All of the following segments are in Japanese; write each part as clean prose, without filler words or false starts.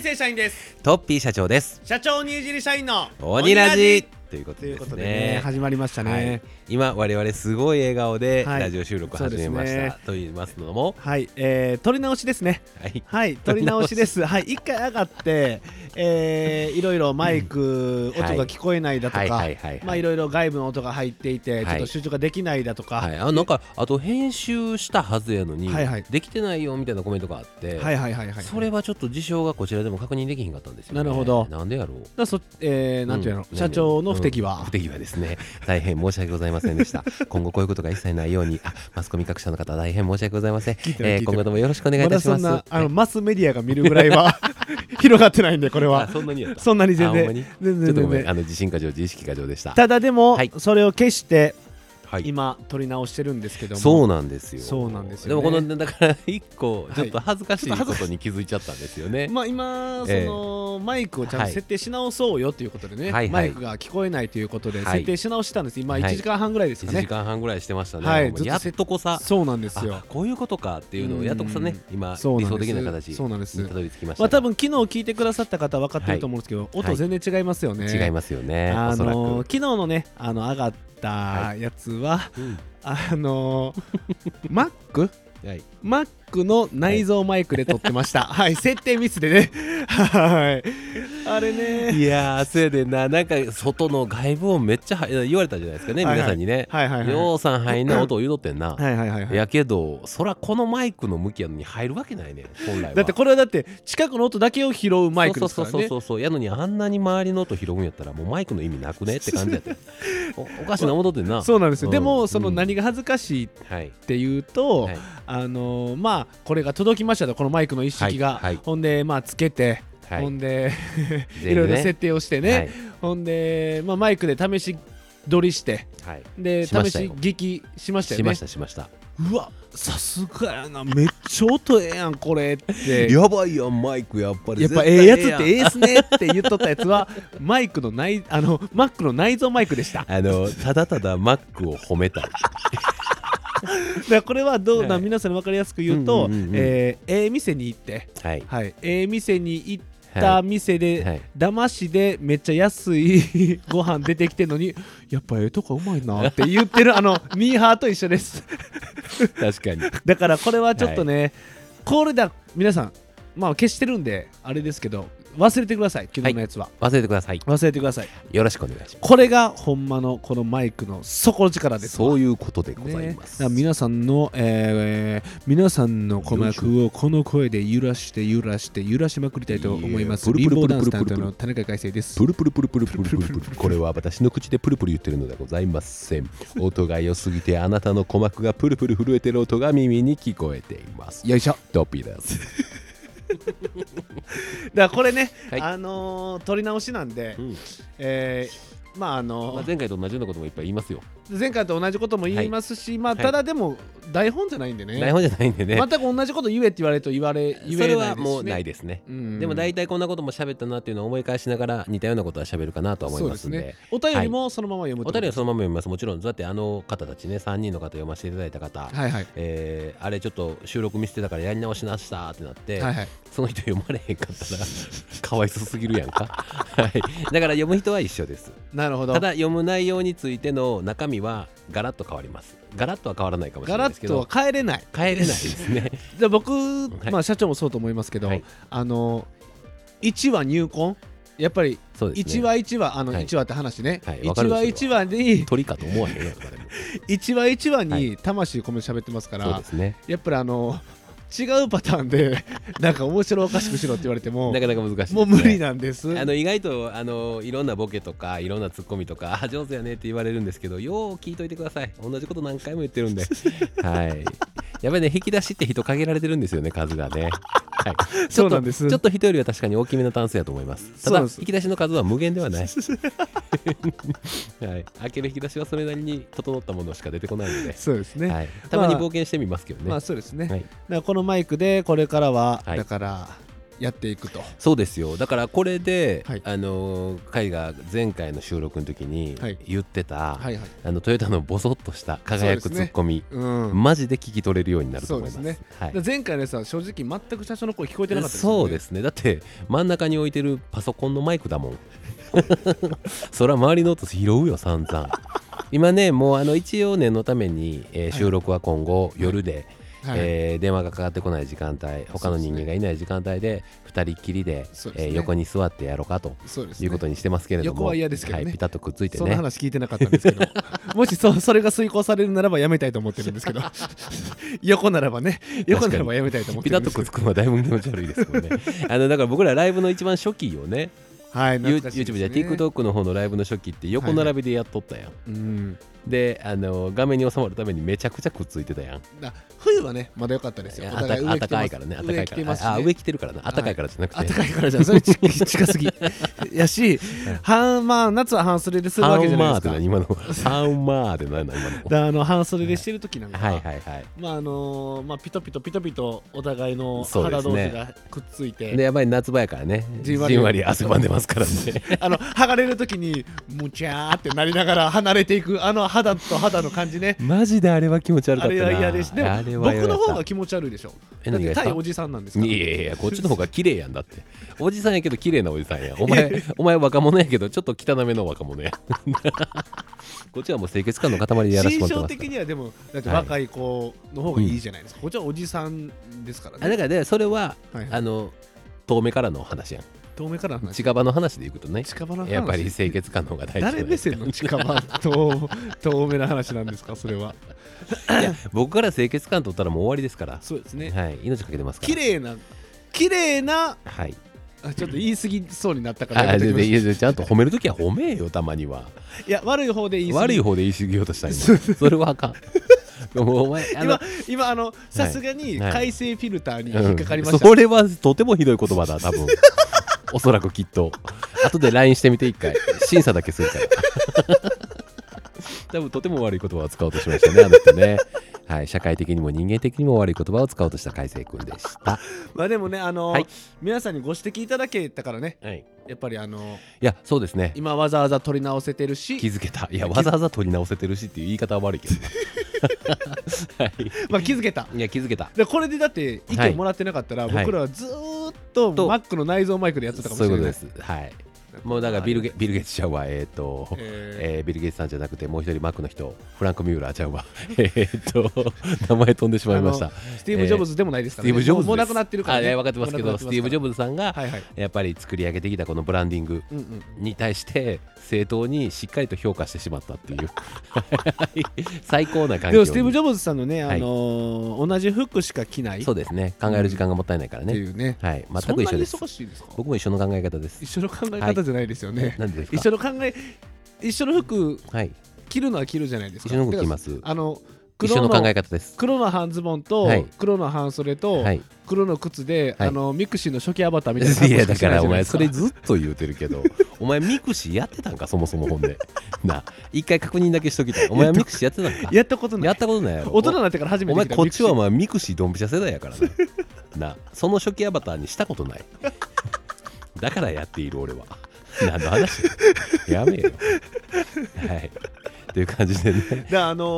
はい正社員です。 トッピー社長です。 社長にいじり社員の鬼ラジということですね。始まりましたね、 はい、今我々すごい笑顔でラジオ収録始めました、と言いますのもはい、撮り直しですね。はい、撮り直しです。はい、一回上がっていろいろマイク、音が聞こえないだとか、まあいろいろ外部の音が入っていてちょっと集中ができないだとか、 なんかあと編集したはずやのに、できてないよみたいなコメントがあって、それはちょっと事象がこちらでも確認できひんかったんですよね。 なるほど。 なんでやろう。 なんていうの、社長の不手際ですね。大変申し訳ございませんでした。今後こういうことが一切ないように、マスコミ各社の方大変申し訳ございません。今後ともよろしくお願いいたします。 まだそんなマスメディアが見るぐらいは広がってないんで、これはそんなにやった。 そんなに全然ちょっとごめん、自信過剰自意識過剰でした。 ただでも、それを消して今撮り直してるんですけども。 そうなんですよ。 そうなんですよ、 でもこのだから一個ちょっと恥ずかしいことに気づいちゃったんですよね。 まあ今そのマイクをちゃんと設定し直そうよということでね、マイクが聞こえないということで設定し直したんです。今1時間半ぐらいですかね。 1時間半ぐらいしてましたね。やっとこさ、 そうなんですよ。 こういうことかっていうのをやっとこさね、今理想的な形にたどり着きました。 多分昨日聞いてくださった方は分かってると思うんですけど、音全然違いますよね。 違いますよね。昨日のね上がったやつはMac の内蔵マイクで撮ってました。はい、設定ミスでね。はい、あれね。 いやー、せいでなんか外の外部音めっちゃ言われたじゃないですかね、皆さんにね。ようさん入んな音を言うとってんな。やけどそらこのマイクの向きやのに入るわけないね、本来は。 だってこれはだって近くの音だけを拾うマイクですからね。 そうやのにあんなに周りの音拾うんやったらもうマイクの意味なくねって感じやった。おかしな戻ってんな。 そうなんですよ。でもその何が恥ずかしいっていうと、まあこれが届きましたと、このマイクの一式が。ほんでまあつけて、ほんでいろいろ設定をしてね、ほんでマイクで試し撮りして、で試し聞きしましたよね。 しました。 うわ、さすがやな、めっちゃ音ええやんこれって。 やばいやんマイク、やっぱりええやつってええっすねって言っとったやつはマイクのMac の内蔵マイクでした。 ただただ Mac を褒めたい。 これはどうな、皆さんに分かりやすく言うと、店に行って、店に行った店で騙しでめっちゃ安いご飯出てきてんのにやっぱとかうまいなって言ってるミーハーと一緒です。 確かに。だからこれはちょっとね、これだ皆さん消してるんであれですけど忘れてください。昨日のやつは忘れてください。よろしくお願いします。 これがほんまのこのマイクの底力です。 そういうことでございます。 皆さんの鼓膜をこの声で揺らしまくりたいと思います。リンボーダンス担当の田中海生です。 プルプルプルプルプルプルプル。これは私の口でプルプル言ってるのではございません。音が良すぎてあなたの鼓膜がプルプル震えてる音が耳に聞こえています。 よいしょ。 トッピーです。 だからこれね、撮り直しなんで、 前回と同じようなこともいっぱい言いますよ。 前回と同じことも言いますし、ただでも台本じゃないんでね。全く同じこと言えって言われると言えないですしね。 それはもうないですね。でも大体こんなことも喋ったなっていうのを思い返しながら似たようなことは喋るかなと思いますんで。 お便りもそのまま読む。 お便りはそのまま読みます。もちろん。だって方たちね、3人の方読ませていただいた方、あれちょっと収録見せてたからやり直しなしたってなって、その人読まれへんかったらかわいそすぎるやんか。だから読む人は一緒です。 なるほど。 ただ読む内容についての中身はガラッと変わります。ガラッとは変わらないかもしれないですけど、 ガラッとは変えれないですね。 で僕、社長もそうと思いますけど、1話入魂、やっぱり1話1話1話って話ね、1話1話に鳥かと思わへんやんか。 1話1話に魂込めて喋ってますから、やっぱり違うパターンでなんか面白おかしくしろって言われてもなかなか難しいですね。 もう無理なんです。 意外といろんなボケとかいろんなツッコミとか上手やねって言われるんですけど、よう聞いといてください。同じこと何回も言ってるんで。やっぱりね、引き出しって人限られてるんですよね、数がね。 そうなんです。 ちょっと人よりは確かに大きめのタンスやと思います。ただ引き出しの数は無限ではない。開ける引き出しはそれなりに整ったものしか出てこないので。 そうですね。 たまに冒険してみますけどね。 そうですね。だからこのマイクでこれからはだからやっていくと。 そうですよ。だからこれで、はい、海が前回の収録の時に言ってた、はいはいはい、トヨタのボソッとした輝くツッコミ、ね、マジで聞き取れるようになると思います。そうですね、はい、 前回のやつは正直全く社長の声聞こえてなかったですよね。そうですね。だって真ん中に置いてるパソコンのマイクだもんそれは周りの音拾うよ散々今ねもう一応念のために、収録は今後夜で、はい、電話がかかってこない時間帯、他の人間がいない時間帯で2人っきりで、横に座ってやろうかということにしてますけれども、 横は嫌ですけどね、 はい、ピタッとくっついてね。 その話聞いてなかったんですけどもしそれが遂行されるならばやめたいと思ってるんですけど横ならばね、横ならばやめたいと思ってるんですけど、 ピタッとくっつくのはだいぶ気持ち悪いですもんねだから僕らライブの一番初期をね、 はい、 YouTube で TikTok の方のライブの初期って横並びでやっとったやん、はいはい、で画面に収まるためにめちゃくちゃくっついてたやん。 冬はねまだ良かったですよ。 あったかいからね。上着てますしね。上着てるからな。あったかいからじゃなくて、 あったかいからじゃん、それ近すぎやし、まあ夏は半袖でするわけじゃないですか。 ハンマーって何今の半袖でしてる時なんか、 はいはいはい、 まあピトピトお互いの肌同士がくっついて、 でやっぱり夏場やからね、じんわり汗ばんでますからね剥がれる時にむちゃーってなりながら離れていく肌と肌の感じね。 マジであれは気持ち悪かったな。 あれは嫌です。でも僕の方が気持ち悪いでしょ。だって対おじさんなんですから。 いやこっちの方が綺麗やん。だっておじさんやけど綺麗なおじさんや。お前若者やけどちょっと汚めの若者やこっちはもう清潔感の塊でやらせてもらってます。 心象的にはでもだって若い子の方がいいじゃないですか、こっちはおじさんですからね。 だからね、それは、はいはい、遠目からの話やん。 遠目からの話、 近場の話でいくとね、やっぱり清潔感の方が大事。 誰目線の近場と遠目の話なんですかそれは。 いや僕から清潔感取ったらもう終わりですから。 そうですね、 はい、命かけてますから。 綺麗な、はい、ちょっと言い過ぎそうになったからちゃんと褒めるときは褒めよたまには。 いや悪い方で言い過ぎようとした今それはあかんもうお前今さすがに改正フィルターに引っかかりました、 それはとてもひどい言葉だ多分おそらくきっと後で LINE してみて一回審査だけするから多分とても悪い言葉を使おうとしましたね、あの人ね。はい、社会的にも人間的にも悪い言葉を使おうとした海星君でした。 まあでもね、はい、皆さんにご指摘いただけたからね、はい、やっぱりいやそうですね、 今わざわざ取り直せてるし、 気づけた。いやわざわざ取り直せてるしっていう言い方は悪いけどはい、 まあ気づけた。 いや気づけた。 でこれでだって意見もらってなかったら、はい、僕らはずーっと Mac の内蔵マイクでやってたかもしれない。 そういうことです。はい。もうだからビル・ゲイツちゃうわ、ビル・ゲイツさんじゃなくてもう一人マックの人、フランク・ミューラーちゃうわ名前飛んでしまいました。 スティーブ・ジョブズでもないですからね。 スティーブ・ジョブズもう亡くなってるからね。 分かってますけど、スティーブ・ジョブズさんがやっぱり作り上げてきたこのブランディングに対して正当にしっかりと評価してしまったっていう最高な環境。 でもスティーブ・ジョブズさんのね、同じ服しか着ない。 そうですね、考える時間がもったいないからね。 っていうね。 はい、全く一緒です。 そんなに忙しいですか？ 僕も一緒の考え方です。 一緒の考え方じゃないですよね。 なんでですか？ 一緒の服着るのは着るじゃないですか。 一緒の服着ます。 一緒の考え方です。 黒の半ズボンと黒の半袖と黒の靴で、ミクシーの初期アバターみたいな。 いやだからお前それずっと言うてるけどお前ミクシーやってたんかそもそも。ほんでな一回確認だけしときたい。お前はミクシーやってたんか？ やったことない。 やったことないやろ。 大人になってから初めてお前こっちはミクシードンピシャ世代やからなその初期アバターにしたことないだからやっている俺は。何の話やめよはいという感じでね。 で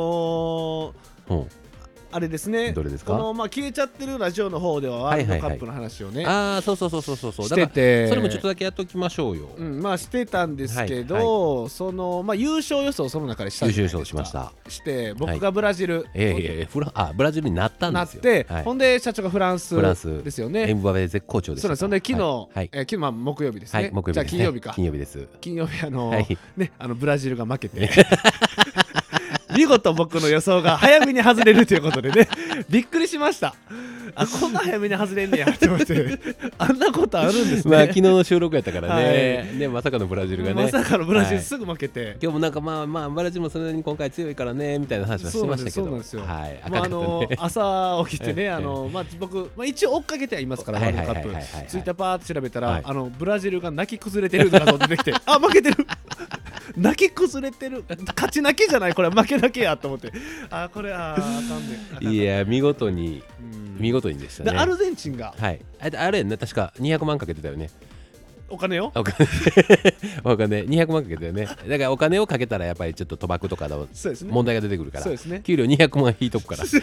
あれですね、 どれですか？ 消えちゃってるラジオの方ではワールドカップの話をね、 そうしてて、 それもちょっとだけやっときましょうよ。 してたんですけど、優勝予想その中でしたじゃないですか。優勝しました。して僕がブラジル、 ブラジルになったんですよ。 なって、ほんで社長がフランスですよね。 エムバペ絶好調でした。 そんで昨日木曜日ですね。じゃあ金曜日か。 金曜日です。 金曜日ブラジルが負けて見事僕の予想が早めに外れるということでねびっくりしました。こんな早めに外れんねやって思ってあんなことあるんですね。 昨日の収録やったからね、まさかのブラジルがね、 まさかのブラジルすぐ負けて、 今日もなんかブラジルもそれなりに今回強いからねみたいな話はしてましたけど、 そうなんですよ。朝起きてね、僕一応追っかけてはいますからワールドカップツイッターパーって調べたらブラジルが泣き崩れてるのが出てきて負けてる泣き崩れてる、勝ち泣きじゃない、これ負け泣きやと思って、これあかんね。 いや見事にでしたね。 アルゼンチンが、 はい、あれね、確か200万かけてたよね。 お金をお金200万かけてたよね。だからお金をかけたらやっぱりちょっと賭博とかの問題が出てくるから、給料200万引いとくから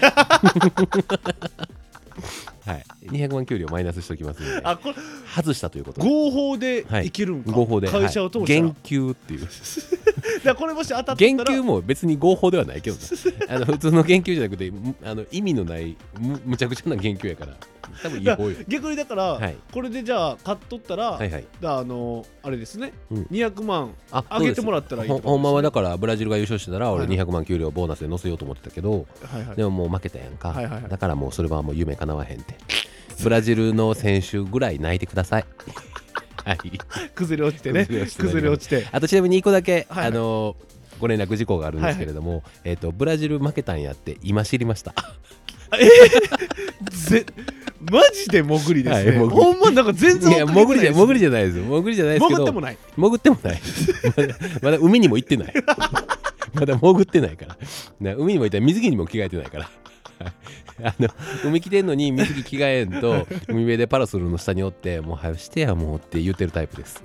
はい、200万給料マイナスしときますので、これ外したということで、 合法でいけるんか、 合法で会社を通したら、 減給っていうだこれもし当たったら減給も別に合法ではないけどな普通の減給じゃなくて意味のないむちゃくちゃな減給やから多分違法よ。 逆にだから、これでじゃあ買っとったら、あれですね、200万あげてもらったらいいと、 ほんまはだからブラジルが優勝してたら俺200万給料ボーナスで乗せようと思ってたけど、でももう負けたやんか、だからもうそれはもう夢叶わへんってブラジルの選手ぐらい泣いてくださいはい、 崩れ落ちてね、崩れ落ちて。 あとちなみに1個だけ、ご連絡事項があるんですけれども、ブラジル負けたんやって今知りましたマジで潜りですね、ほんまなんか全然潜りじゃないですよ、潜りじゃないですけど、潜ってもないまだ海にも行ってないまだ潜ってないから海にも行ったら水着にも着替えてないから海来てんのに水着着替えんと海辺でパラソルの下におってもう早くしてやもうって言ってるタイプです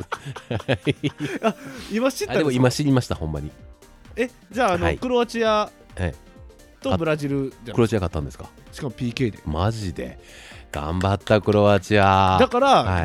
今知ったんですか？ でも今知りました、ほんまに。 じゃあ、クロアチアとブラジルじゃん。 クロアチア勝ったんですか？ しかも PK で。 マジで頑張ったクロアチアだから、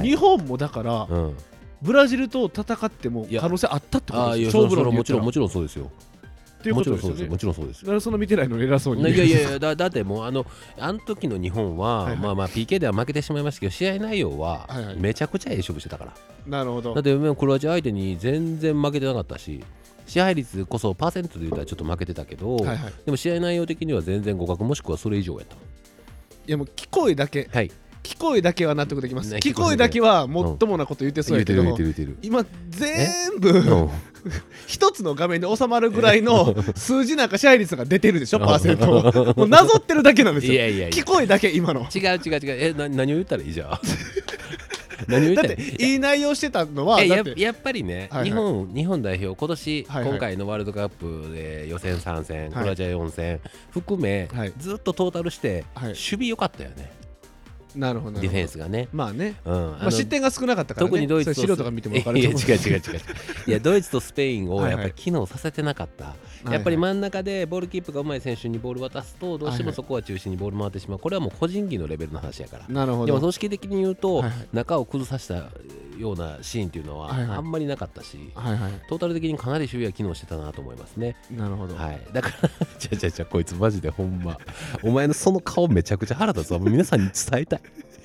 日本もだから、ブラジルと戦っても可能性あったってことですよ。勝負論で言ったらもちろんそうですよ。もちろんそうですよ。もちろんそうです。 だからその見てないの偉そうに。 いやだってもうあの時の日本はPK では負けてしまいましたけど、試合内容はめちゃくちゃ勝負してたから。 なるほど。 だってクロアチア相手に全然負けてなかったし、支配率こそパーセントで言ったらちょっと負けてたけど、でも試合内容的には全然互角もしくはそれ以上やった。 いやもう聞こえだけ。聞こえだけは納得できます。聞こえだけはもっともなこと言ってそうやけど、今全部一つの画面で収まるぐらいの数字なんか支配率が出てるでしょ、パーセント。もうなぞってるだけなんですよ。聞こえだけ今の。 違う。何を言ったらいいじゃん。 だっていい内容してたのはやっぱりね、日本代表今年今回のワールドカップで予選3戦、クロアチア4戦含めずっとトータルして守備良かったよね。 なるほど。 ディフェンスがね、 まあね、失点が少なかったからね。特にドイツと素人が見ても分かると思う。 違ういやドイツとスペインをやっぱり機能させてなかった。やっぱり真ん中でボールキープがうまい選手にボール渡すとどうしてもそこは中心にボール回ってしまう。これはもう個人技のレベルの話やから。 なるほど。 でも組織的に言うと中を崩させたようなシーンっていうのはあんまりなかったし、トータル的にかなり守備は機能してたなと思いますね。 なるほど。 だからじゃこいつマジでほんまお前のその顔めちゃくちゃ腹立つわ。皆さんに伝えたい。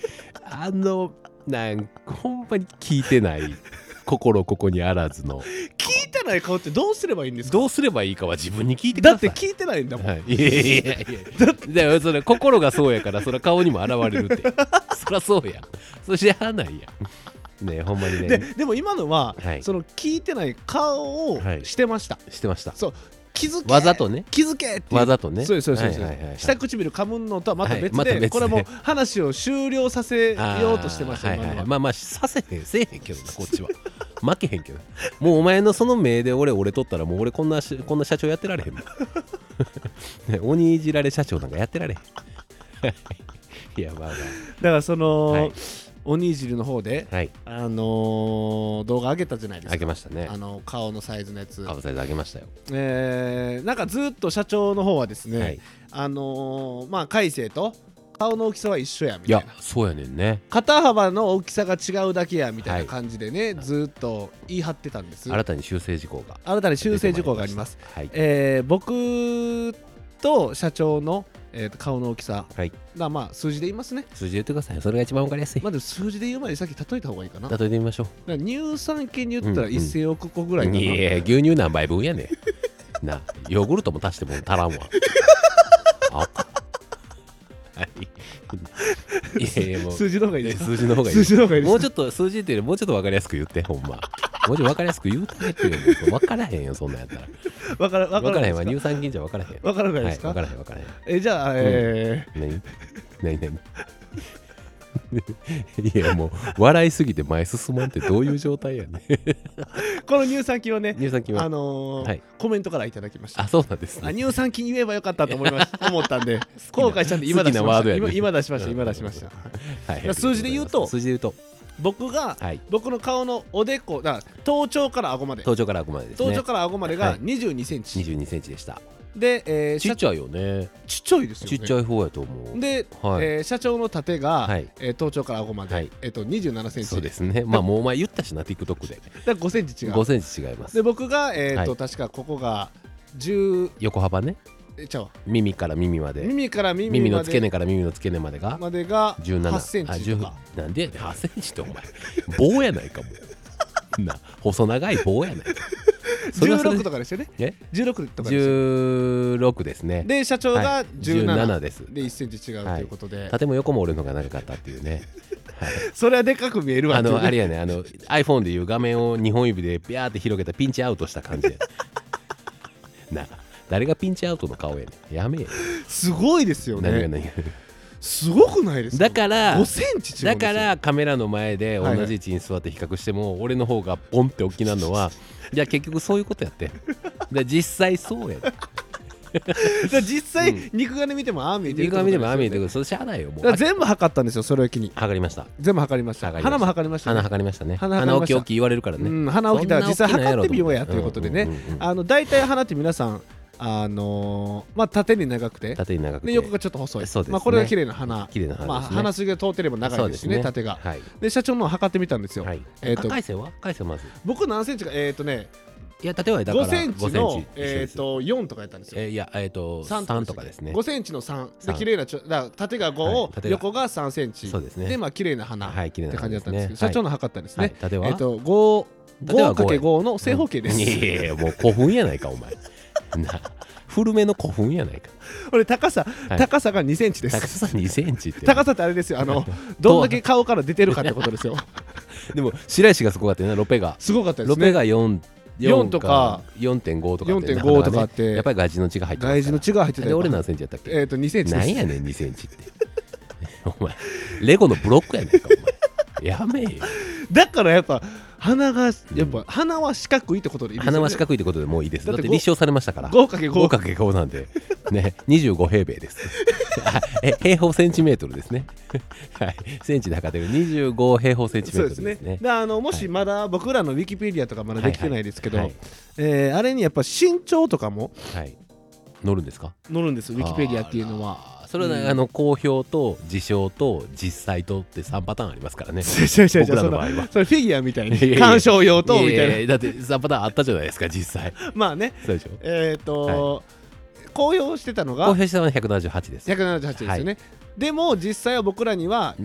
なんかほんまに聞いてない心ここにあらずの聞いてない顔ってどうすればいいんですか？ どうすればいいかは自分に聞いてください。 だって聞いてないんだもん。 いやそれ心がそうやからそれ顔にも現れるってそりゃそうやん。それ知らないやんね。ほんまにね。 でも今のは、その聞いてない顔をしてました。 してました。 そう、気づけ、 わざとね、 気づけってわざとね。 そう下唇噛むのとはまた別で、これも話を終了させようとしてました。 まあさせへんせえへんけどな、こっちは負けへんけど、もうお前のその目で俺取ったらもう俺こんな社長やってられへんもん鬼いじられ社長なんかやってられへんいやまあだからその鬼いじりの方で、動画上げたじゃないですか。 上げましたね。 顔のサイズのやつ。 顔サイズ上げましたよ。 なんかずっと社長の方はですね、海星と顔の大きさは一緒やみたいな。いやそうやねんね。 肩幅の大きさが違うだけやみたいな感じでね、ずっと言い張ってたんです。 新たに修正事項があります。僕と社長の顔の大きさ、数字で言いますね。 数字で言ってください。それが一番わかりやすい。 まず数字で言う前にさっき例えた方がいいかな。 例えてみましょう。 乳酸菌に言ったら1000億個ぐらいかな。 いや牛乳何杯分やねんな。ヨーグルトも足しても足らんわ。 数字の方がいいですか？ 数字の方がいい。もうちょっと数字っていうよりもうちょっとわかりやすく言ってほんま。もうちょっとわかりやすく言うてあげてよ。わからへんよそんなんやったら。わからへんわ。乳酸菌じゃわからへん。 わからないですか？ わからへん。 じゃあ何いやもう笑いすぎて前進まんってどういう状態やねこの乳酸菌はね、 乳酸菌はコメントからいただきました。 あ、そうなんですね。 乳酸菌言えばよかったと思ったんで後悔したんで今出しました。今出しました。数字で言うと僕の顔のおでこだから頭頂から顎までですね。 頭頂から顎までが22センチ。 22センチでした。 で、 ちっちゃいよね。 ちっちゃいですよね。 ちっちゃい方やと思う。 で、社長の縦が、頭頂から顎まで、27センチ。 そうですね。まあもうお前言ったしな TikTok で。 だ5センチ違う。 5センチ違います。 で僕が確かここが10 横幅ね。耳から耳まで。耳の付け根から耳の付け根までが 8センチとか。 なんで8センチってお前棒やないかも。な細長い棒やないか。 16とかですよね。16とかですよ。 16ですね。 で社長が17 です。 で1センチ違うということで、 縦も横も俺の方が長かったっていうね。 それはでかく見えるわ。 あれやね、iPhone でいう画面を2本指でビャーって広げたピンチアウトした感じでな、誰がピンチアウトの顔やねん。やめえ。 すごいですよね。 何がすごくないですか。 だから 5センチ違うんですよ。 だからカメラの前で同じ位置に座って比較しても、俺の方がポンって大きなのはじゃあ結局そういうことやって。で実際そうやで。 実際肉眼で見てもああ見えてる。 肉眼見てもああ見えてる。それしゃあないよ。もう全部測ったんですよ。それを機に測りました。 全部測りました。鼻も測りました。 鼻測りましたね。鼻大きい大きい言われるからね。 鼻大きいだから実際測ってみようやということでね。だいたい鼻って皆さん縦に長くてで横がちょっと細い。これが綺麗な鼻。鼻筋が通ってれば長いですね、縦が。で社長の測ってみた回線はまず僕何センチかいや例えばだから 5センチの4とかやったんですよ。 いや3とかですね。 5センチの3で綺麗な縦が5を横が3センチで綺麗な鼻って感じだったんですけど、社長の測ったんですね。5×5 の正方形です。 いやもう古墳やないかお前。古めの古墳やないか。 これ高さが2センチです。 高さ2センチって高さってあれですよ。どんだけ顔から出てるかってことですよ。 でも白石がすごかったよね。ロペがすごかったですね。 ロペが4 とか 4.5 とか 4.5とかってやっぱり外耳の血が入ってた。 外耳の血が入ってた。 で俺何センチやったっけ。 2センチです。 何やねん2センチって。お前レゴのブロックやねんかお前。やめえよ。 だからやっぱ鼻は四角いってことでいいですよね。 鼻は四角いってことでもういいです。だって立証されましたから。 5×5 なんでね、25平米です。平方センチメートルですね。はい、センチで測ってる25平方センチメートルですね。 もしまだ僕らのウィキペディアとかまだできてないですけど、あれにやっぱ身長とかも載るんですか。 載るんです。ウィキペディアっていうのは。 それは公表と事象と実際とって3パターンありますからね。 僕らの場合はそれフィギュアみたいに鑑賞用とみたいな。 だって3パターンあったじゃないですか実際。 まあね。 そうでしょ。 公表してたのが 178です。 178ですよね。でも実際は僕らには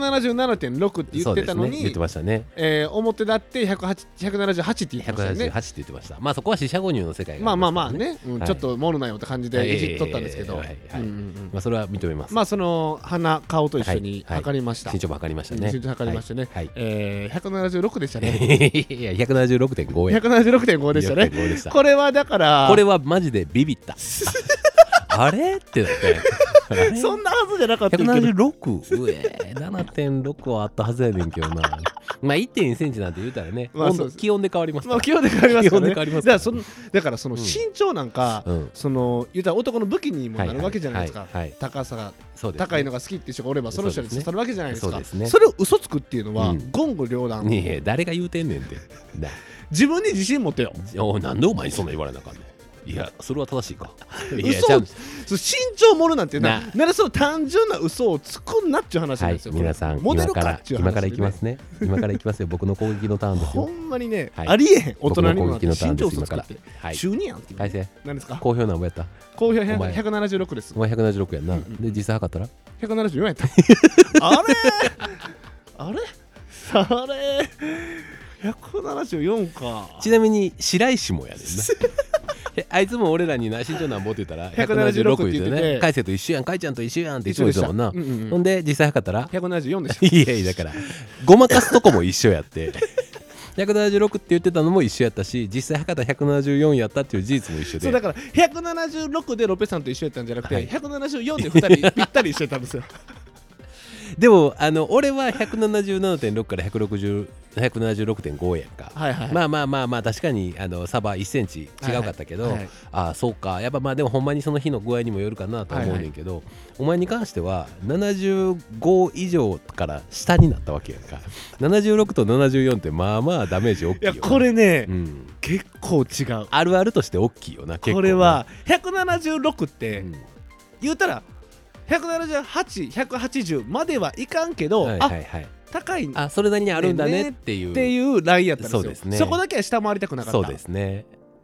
177.6 って言ってたのに、 言ってましたね。 表だって178って言ってましたね。 178って言ってました。まあそこは四捨五入の世界がまあね、ちょっと盛るなよって感じでいじっとったんですけど、まあそれは認めます。 まあその鼻顔と一緒に測りました。 身長も測りましたね。 身長測りましてね。176でしたね。 いや 176.5 や。 176.5でしたね。これはだからこれはマジでビビった。あれってだってそんなはずじゃなかったけど 7.6 はあったはずやねんけどな。まあ 1.2 センチなんて言うたらね、気温で変わりますから。 気温で変わりますからね。だからその身長なんか言うたら男の武器にもなるわけじゃないですか。高さが高いのが好きって人がおればその人に刺さるわけじゃないですか。それを嘘つくっていうのは言語道断。 誰が言うてんねんって自分に自信持ってよ。 なんでお前にそんな言われなあかんねん。いやそれは正しいか。 身長盛るなんてならその単純な嘘をつくんなっちゅう話なんですよ。 皆さん今からいきますね。今からいきますよ。僕の攻撃のターンですよ。 ほんまにねありえへん。大人にも身長嘘つくって中二やんって。 改正何ですか。 公表何ぼやった。 公表176です。 お前176やんな。で実際測ったら 174やった。あれ174か。 ちなみに白石もやねんな。あいつも俺らに身長なんぼって言ったら176言ってね。海星と一緒やん、海ちゃんと一緒やんっていつも言ってたもんな。ほんで実際測ったら 174でした。 いやだからごまかすとこも一緒やって176って言ってたのも一緒やったし、実際測ったら174やったっていう事実も一緒で。 そうだから176でロペさんと一緒やったんじゃなくて174で2人ぴったり一緒やったんですよ。 でも俺は 177.6 から 176.5 やんか、はいはい、まあ確かに差は1センチ違うかったけど、はいはい、あそうか、やっぱまあでもほんまにその日の具合にもよるかなと思うねんけど、はいはい、お前に関しては75以上から下になったわけやんか。76と74ってまあまあダメージ大きいよ。いやこれね、結構違う、 あるあるとして大きいよな。結構これは176って、言うたら178、180まではいかんけど、はいはいはい、高い、 あそれなりにあるんだねっていうラインやったんですよ。そうですね、そこだけは下回りたくなかった。 そうですね。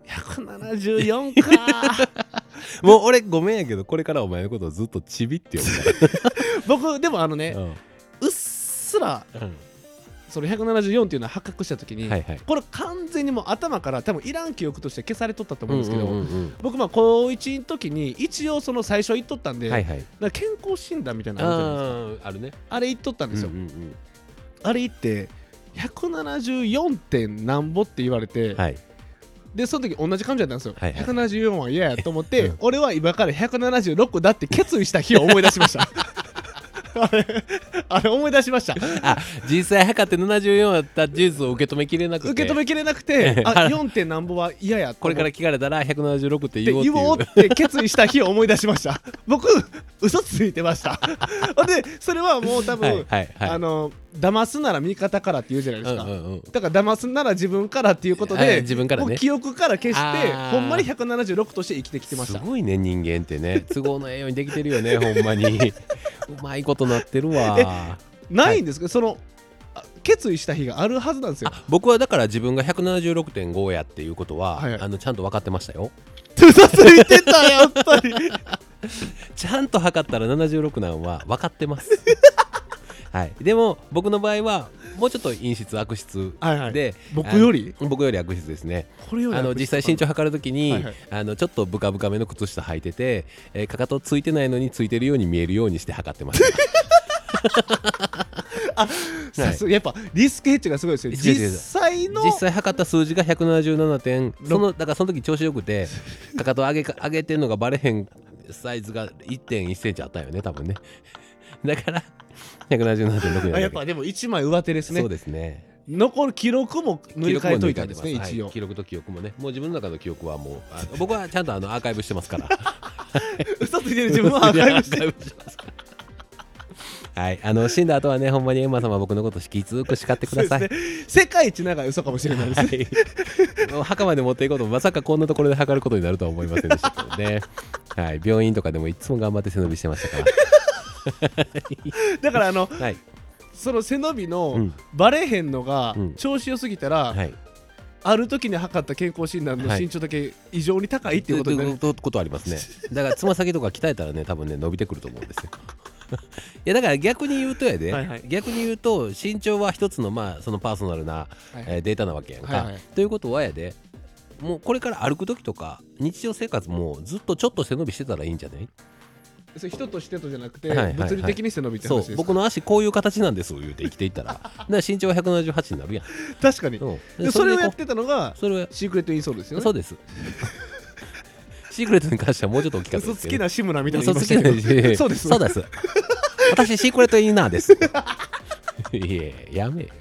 174かもう俺ごめんやけど、これからお前のことをずっとちびって呼ぶから僕でもうっすら、その174っていうのは発覚した時に、はいはい、これ完全にもう頭から多分いらん記憶として消されとったと思うんですけど、僕高1の時に一応その最初は言っとったんで、はいはい、健康診断みたいなのあるじゃないですか。 あるね。あれ言っとったんですよ、あれ言って174点なんぼって言われて、はい、でその時同じ感じだったんですよ、はいはい、174は嫌やと思って、俺は今から176だって決意した日を思い出しましたあれ思い出しました。 あ、実際測って74だった事実を受け止めきれなくてあ 4. 点なんぼは嫌や、 これから聞かれたら176って言おうって決意した日を思い出しました僕嘘ついてましたでそれはもう多分、はいはいはい、騙すなら味方からって言うじゃないですか、だから騙すなら自分からっていうことで、 自分からね、 記憶から消してほんまに176として生きてきてました。 すごいね、人間ってね、都合のええようにできてるよねほんまにうまいことなってるわ。 ないんですか、その決意した日があるはずなんですよ。 僕はだから自分が 176.5 やっていうことは、はいはい、ちゃんと分かってましたよ。 嘘ついてたやっぱりちゃんと測ったら76なんは分かってますはい、でも僕の場合はもうちょっと陰湿悪質で、はいはい、 僕より悪質ですね。実際身長測るときに、はいはい、ちょっとブカブカめの靴下履いてて、かかとついてないのについてるように見えるようにして測ってますあ、さすがやっぱリスクヘッジがすごいですよ。実際測った数字が177点、だからその時調子よくてかかと上げてんのがバレへんサイズが 1.1 センチあったよね多分ね。だから177.6 やっぱでも1枚上手ですね。 そうですね。 残る記録も塗り替えといたんですね、一応、 はい、記録と記憶もね、もう自分の中の記憶はもう僕はちゃんとアーカイブしてますから嘘ついてる自分はアーカイブしてますからはい、死んだ後はね、ほんまにエンマ様僕のこときつく叱ってください、ね、 世界一長い嘘かもしれないですね、 はい、墓まで持っていこうとまさかこんなところで測ることになるとは思いませんでしたけどね、はい、病院とかでもいつも頑張って背伸びしてましたからだからはい、その背伸びのバレへんのが調子良すぎたら、はい、ある時に測った健康診断の身長だけ異常に高いっていうことになる、 ことありますね。だからつま先とか鍛えたらね多分ね伸びてくると思うんですよいやだから逆に言うとやで、はいはい、逆に言うと身長は一つのそのパーソナルな、はいはい、データなわけやんか、はいはい、ということはやでもうこれから歩く時とか日常生活もずっとちょっと背伸びしてたらいいんじゃない？ それ人としてとじゃなくて、はいはいはい、物理的に背伸びって話ですか？ そう僕の足こういう形なんです言うて生きていったらだから身長は178になるやん確かに、でそれをやってたのがシークレットインソールですよね。 そうですシークレットに関してはもうちょっと大きかったです嘘つきな志村みたいな言いましたけどそうです私シークレットインナーですいやめよ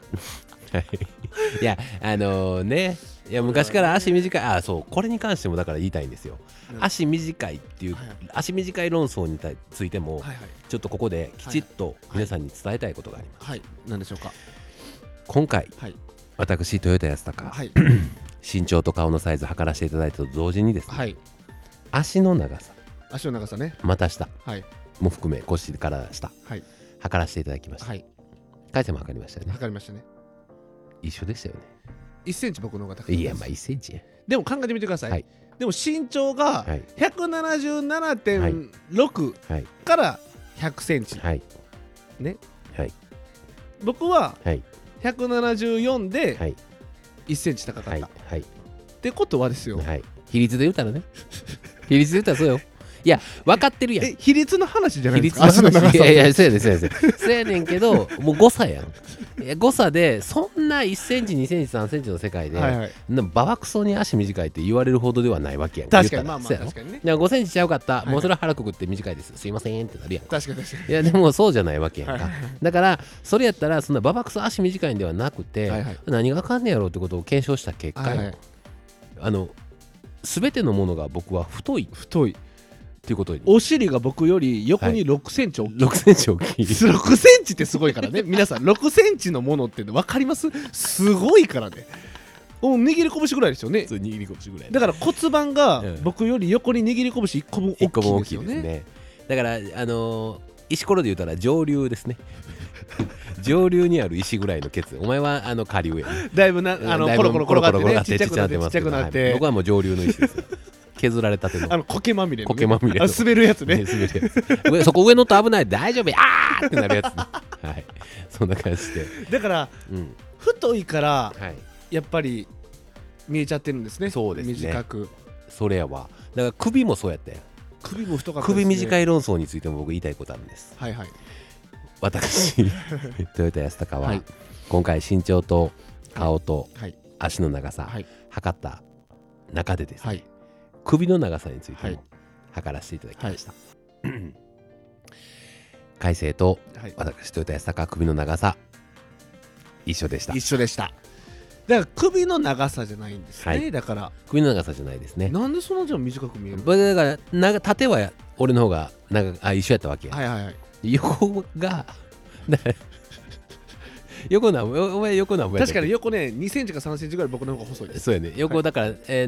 いやね、いや昔から足短い、そうこれに関してもだから言いたいんですよ、足短いっていう、はいはい、足短い論争についても、はいはい、ちょっとここできちっと皆さんに伝えたいことがあります。 はい、何でしょうか。 今回、はい、私豊田康隆、はい、身長と顔のサイズ測らせていただいたと同時にですね、はい、足の長さね、股下、はい、も含め腰から下、はい、測らせていただきました。はい、会社も測りましたよね。 測りましたね。 一緒でしたよね。 1センチ僕の方が高いです。 いやまあ1センチや。 でも考えてみてください、はい、でも身長が 177.6、はい、から100センチ、はい、ね、はい、僕は174で1センチ高かった、はいはい、ってことはですよ、はい、 比率で言ったらね比率で言ったらそうよ。 いや分かってるやん。 比率の話じゃないですか。 比率の話。いやいやそうやねんそうやねんけどもう誤差やん。誤差でそんな1センチ2センチ3センチの世界で、ババクソに足短いって言われるほどではないわけやん。 確かにまあまあ確かにね。 5センチちゃうかった、もうそれは腹くくって短いですすいませんってなるやん。 確かに確かに。 いやでもそうじゃないわけやんか。だからそれやったらそんなババクソ足短いんではなくて、何があかんねやろうってことを検証した結果、全てのものが僕は太いっていうことに。 お尻が僕より横に6センチ大きい。 6センチ大きい。 6センチってすごいからね。皆さん6センチのものって分かります？すごいからね。握り拳ぐらいですよね。 握り拳ぐらい。 だから骨盤が僕より横に握り拳1個分大きいですよね。 だから石ころで言うたら上流ですね。上流にある石ぐらいのケツ。お前は下流や。 だいぶコロコロ転がってね、ちっちゃくなって。 僕はもう上流の石ですよ。削られたての苔まみれの苔まみれの滑るやつね。 そこ上乗った危ない大丈夫あーってなるやつ。はい、そんな感じで。 だから太いからやっぱり見えちゃってるんですね。 そうですね。 短く。 それやわ。だから首もそうやったよ。 首も太かったですね。 首短い論争についても僕言いたいことあるんです。 はいはい。 私豊田康隆は今回身長と顔と足の長さ測った中でですね、首の長さについても測らせていただきました。海星と私豊田康隆は首の長さ一緒でした。だから首の長さじゃないんですね。だから首の長さじゃないですね。 なんでそんなじゃ短く見える？ だから縦は俺の方が一緒やったわけや。横が横なお前横なお前確かに横ね2センチか3センチぐらい僕の方が細いです。 そうやね。横だから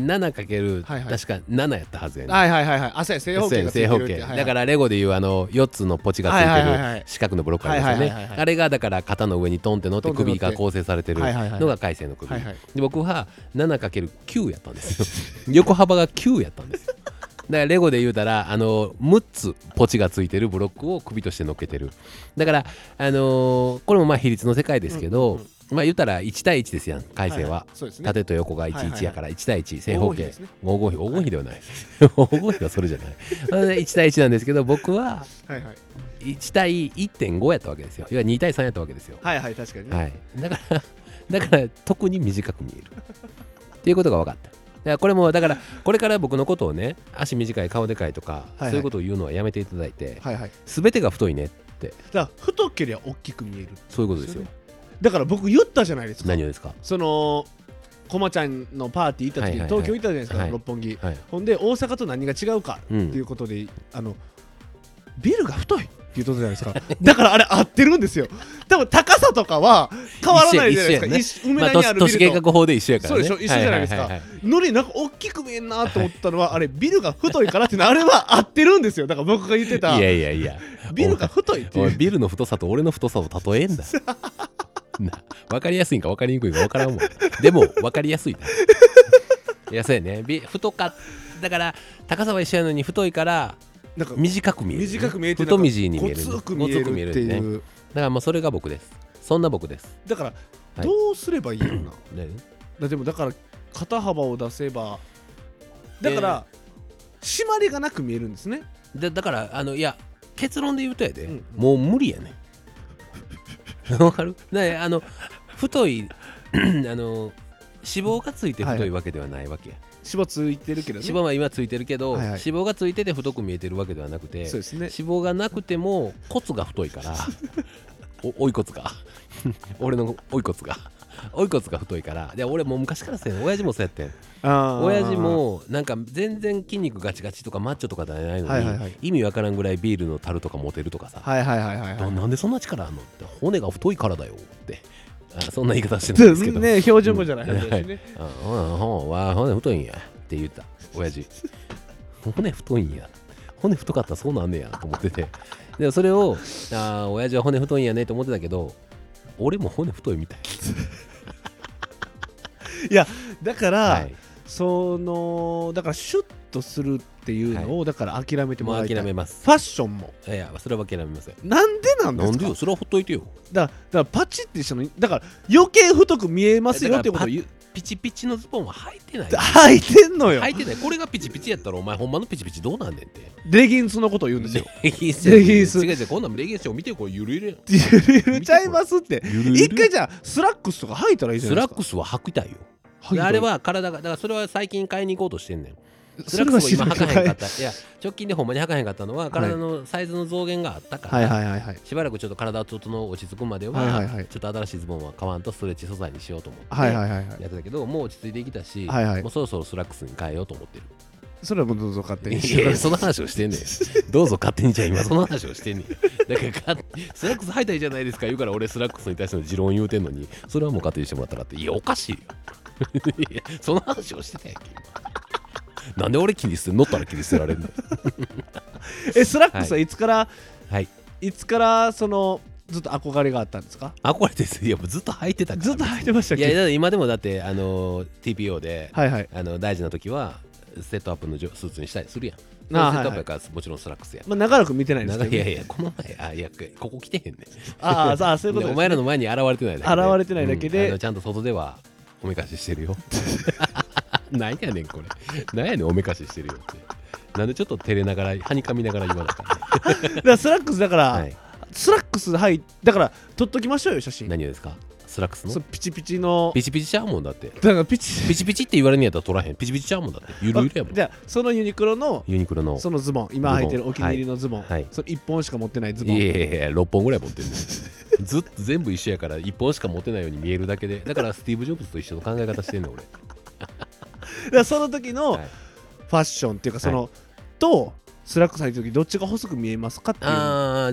7× 確か7やったはずやね。 あそうや正方形がついてるって。 だからレゴでいう4つのポチがついてる四角のブロックありますよね。あれがだから肩の上にトンって乗って首が構成されてるのが海星の首で、僕は 7×9 やったんですよ。横幅が9やったんですよ。だからレゴで言うたら6つポチがついてるブロックを首として乗っけてる。だからこれもまあ比率の世界ですけど、まあ言ったら1対1ですやん海星は。縦と横が11やから1対1正方形。黄金比ではない。黄金比はそれじゃない。1対1なんですけど僕は1対 1.5 やったわけですよ。いや2対3やったわけですよ。 確かに。 だから特に短く見えるっていうことが分かった。これもだからこれから僕のことをね足短い顔でかいとかそういうことを言うのはやめていただいて、全てが太いねって。 だから太ければ大きく見える。 そういうことですよ。 だから僕言ったじゃないですか。 何をですか？ こまちゃんのパーティー行った時に東京行ったじゃないですか、六本木。ほんで大阪と何が違うかっていうことでビルが太いっていうことじゃないですか。だからあれ合ってるんですよ。多分高さとかは変わらないじゃないですか。梅田にあるビルと都市計画法で一緒やからね。 そうでしょ、一緒じゃないですか。のになんか大きく見えんなと思ったのはあれビルが太いからっていうのあれは合ってるんですよ。だから僕が言ってたいやビルが太いっていう。 ビルの太さと俺の太さを例えんだ。分かりやすいんか分かりにくいんか分からんもん。でも分かりやすいな。いやそうやね。だから高さは一緒やのに太いからなんか短く見える、太みじに見える、 ごつく見えるっていう。 だからもうそれが僕です。そんな僕です。 だからどうすればいいのな。でもだから肩幅を出せばだから締まりがなく見えるんですね。 だからいや結論で言うとやで、もう無理やね。わかる？太い脂肪がついて太いわけではないわけや。 脂肪ついてるけどね。 脂肪は今ついてるけど、脂肪がついてて太く見えてるわけではなくて、 そうですね、 脂肪がなくても骨が太いからおい骨が俺のおい骨が太いから。で俺もう昔から親父もそうやってん。親父もなんか全然筋肉ガチガチとかマッチョとかじゃないのに、意味わからんぐらいビールの樽とか持てるとかさ、なんでそんな力あんのって、骨が太いからだよってそんな言い方してるんですけどね、標準語じゃないですね。 骨太いんやって言った親父。骨太いんや、骨太かったらそうなんねやと思ってて、でそれを親父は骨太いんやねと思ってたけど、俺も骨太いみたい。 いやだから、だからシュッとするっていうのをだから諦めてもらいたい。 もう諦めます。 ファッションも。 いやそれは諦めません。 なんでなんですか？ なんでよ、それはほっといてよ。 だからパチってしたのに、だから余計太く見えますよってことを言う。 ピチピチのズボンは履いてない。 履いてんのよ。 履いてない。これがピチピチやったらお前ほんまのピチピチどうなんねんって。 レギンスのことを言うんですよ。 レギンス違う違う、こんなんレギンスを見てこれゆるゆるやん。 ゆるちゃいますって。一回じゃあスラックスとか履いたらいいじゃないですか。 スラックスは履きたいよ。あれは体がだからそれは最近買いに行こうとしてんねん。スラックスを今履かへんかった。いや直近でほんまに履かへんかったのは体のサイズの増減があったから、しばらくちょっと体を整う落ち着くまではちょっと新しいズボンは買わんとストレッチ素材にしようと思ってやってたけど、もう落ち着いてきたし、もうそろそろスラックスに変えようと思ってる。 それはもうどうぞ勝手に。 いやその話をしてんねん。どうぞ勝手に。じゃあ今その話をしてんねん。だからスラックス履いたらいいじゃないですか言うから俺スラックスに対しての持論言うてんのに、それはもう勝手にしてもらったらって。いやおかしいよ。いやその話をしてたやんけ今。なんで俺気にして乗ったら気にしてられるの。 スラックスはいつから、いつからそのずっと憧れがあったんですか？ 憧れです。いやもうずっと履いてたから。 ずっと履いてましたっけ？ いや今でもだってTPO で、大事な時はセットアップのスーツにしたりするやん。セットアップやからもちろんスラックスや。 長らく見てないんですけど。 いやいやこの前いやここ来てへんねん。 そういうこと。 お前らの前に現れてないだけで。 現れてないだけでちゃんと外ではおめかししてるよ。なんやねんこれ。なんやねんおめかししてるよって。なんでちょっと照れながらはにかみながら言わなかったね。 だからスラックスだから、スラックスだから撮っときましょうよ写真。 何をですか？スラックスのピチピチのピチピチちゃうもんだって。 だからピチピチって言われんやったら撮らへん。ピチピチちゃうもんだって。ゆるゆるやもん。 じゃあそのユニクロのそのズボン、今履いてるお気に入りのズボン、その1本しか持ってないズボン。 いやいや6本ぐらい持ってるね。ずっと全部一緒やから1本しか持ってないように見えるだけで、だからスティーブ・ジョブズと一緒の考え方してんの俺。 だからその時のファッションっていうかとスラックス履いてる時どっちが細く見えますかっていう。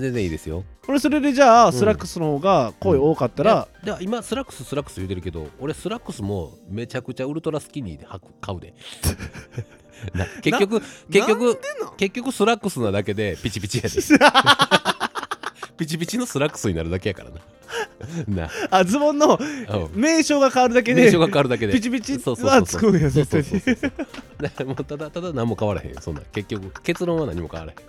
全然いいですよ。 俺それでじゃあスラックスの方が声多かったら、 では今スラックス言うてるけど、俺スラックスもめちゃくちゃウルトラスキニーで買うで。結局スラックスなだけでピチピチやで。ピチピチのスラックスになるだけやからな。 ズボンの名称が変わるだけで。ピチピチはつくんや絶対に。 もうただ何も変わらへん。そんな結局結論は何も変わらへん。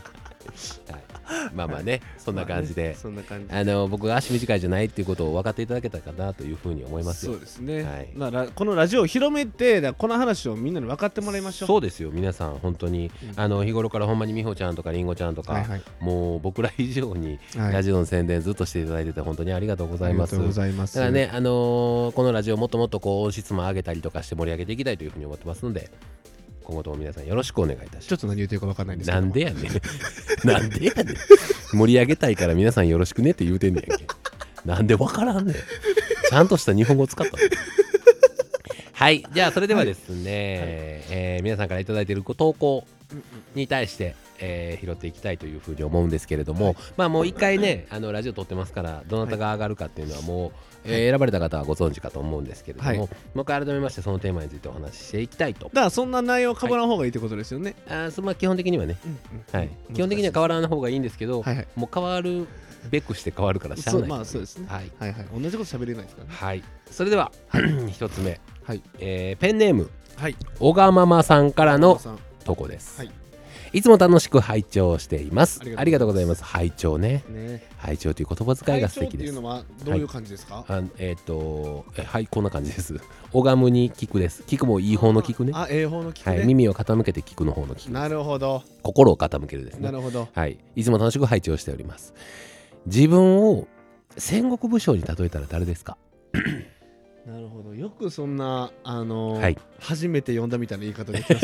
まあまあね、そんな感じで、僕が足短いじゃないっていうことを分かっていただけたかなというふうに思いますよ。 そうですね、このラジオを広めてこの話をみんなに分かってもらいましょう。 そうですよ。皆さん本当に日頃からほんまに美穂ちゃんとかりんごちゃんとか、もう僕ら以上にラジオの宣伝ずっとしていただいてて本当にありがとうございます。だからね、このラジオもっともっと音質も上げたりとかして盛り上げていきたいというふうに思ってますので、今後とも皆さんよろしくお願いいたします。 ちょっと何言ってるか分かんないんですけど。 なんでやねん。なんでやねん。盛り上げたいから皆さんよろしくねって言うてんねんやんけ。なんで分からんねん。ちゃんとした日本語使ったの。はい、じゃあそれではですね、皆さんからいただいている投稿に対して、拾っていきたいというふうに思うんですけれども、まあもう一回ねラジオ撮ってますから、どなたが上がるかっていうのはもう、選ばれた方はご存知かと思うんですけれども、もう一回改めましてそのテーマについてお話ししていきたいと。 だからそんな内容変わらん方がいいってことですよね。 基本的にはね、基本的には変わらん方がいいんですけど、もう変わるべくして変わるからしゃあない。 まあそうですね。同じこと喋れないですからね。 はい、それでは一つ目、ペンネーム小川ママさんからの投稿です。いつも楽しく拝聴しています。ありがとうございます。拝聴ね。拝聴という言葉遣いが素敵です。 拝聴っていうのはどういう感じですか？ はい、こんな感じです。拝むに聞くです。聞くもいい方の聞くね。 いい方の聞くね。 耳を傾けて聞くの方の聞く。 なるほど。 心を傾けるですね。 なるほど。 はい、いつも楽しく拝聴しております。自分を戦国武将に例えたら誰ですか？ なるほど。よくそんな初めて読んだみたいな言い方できます。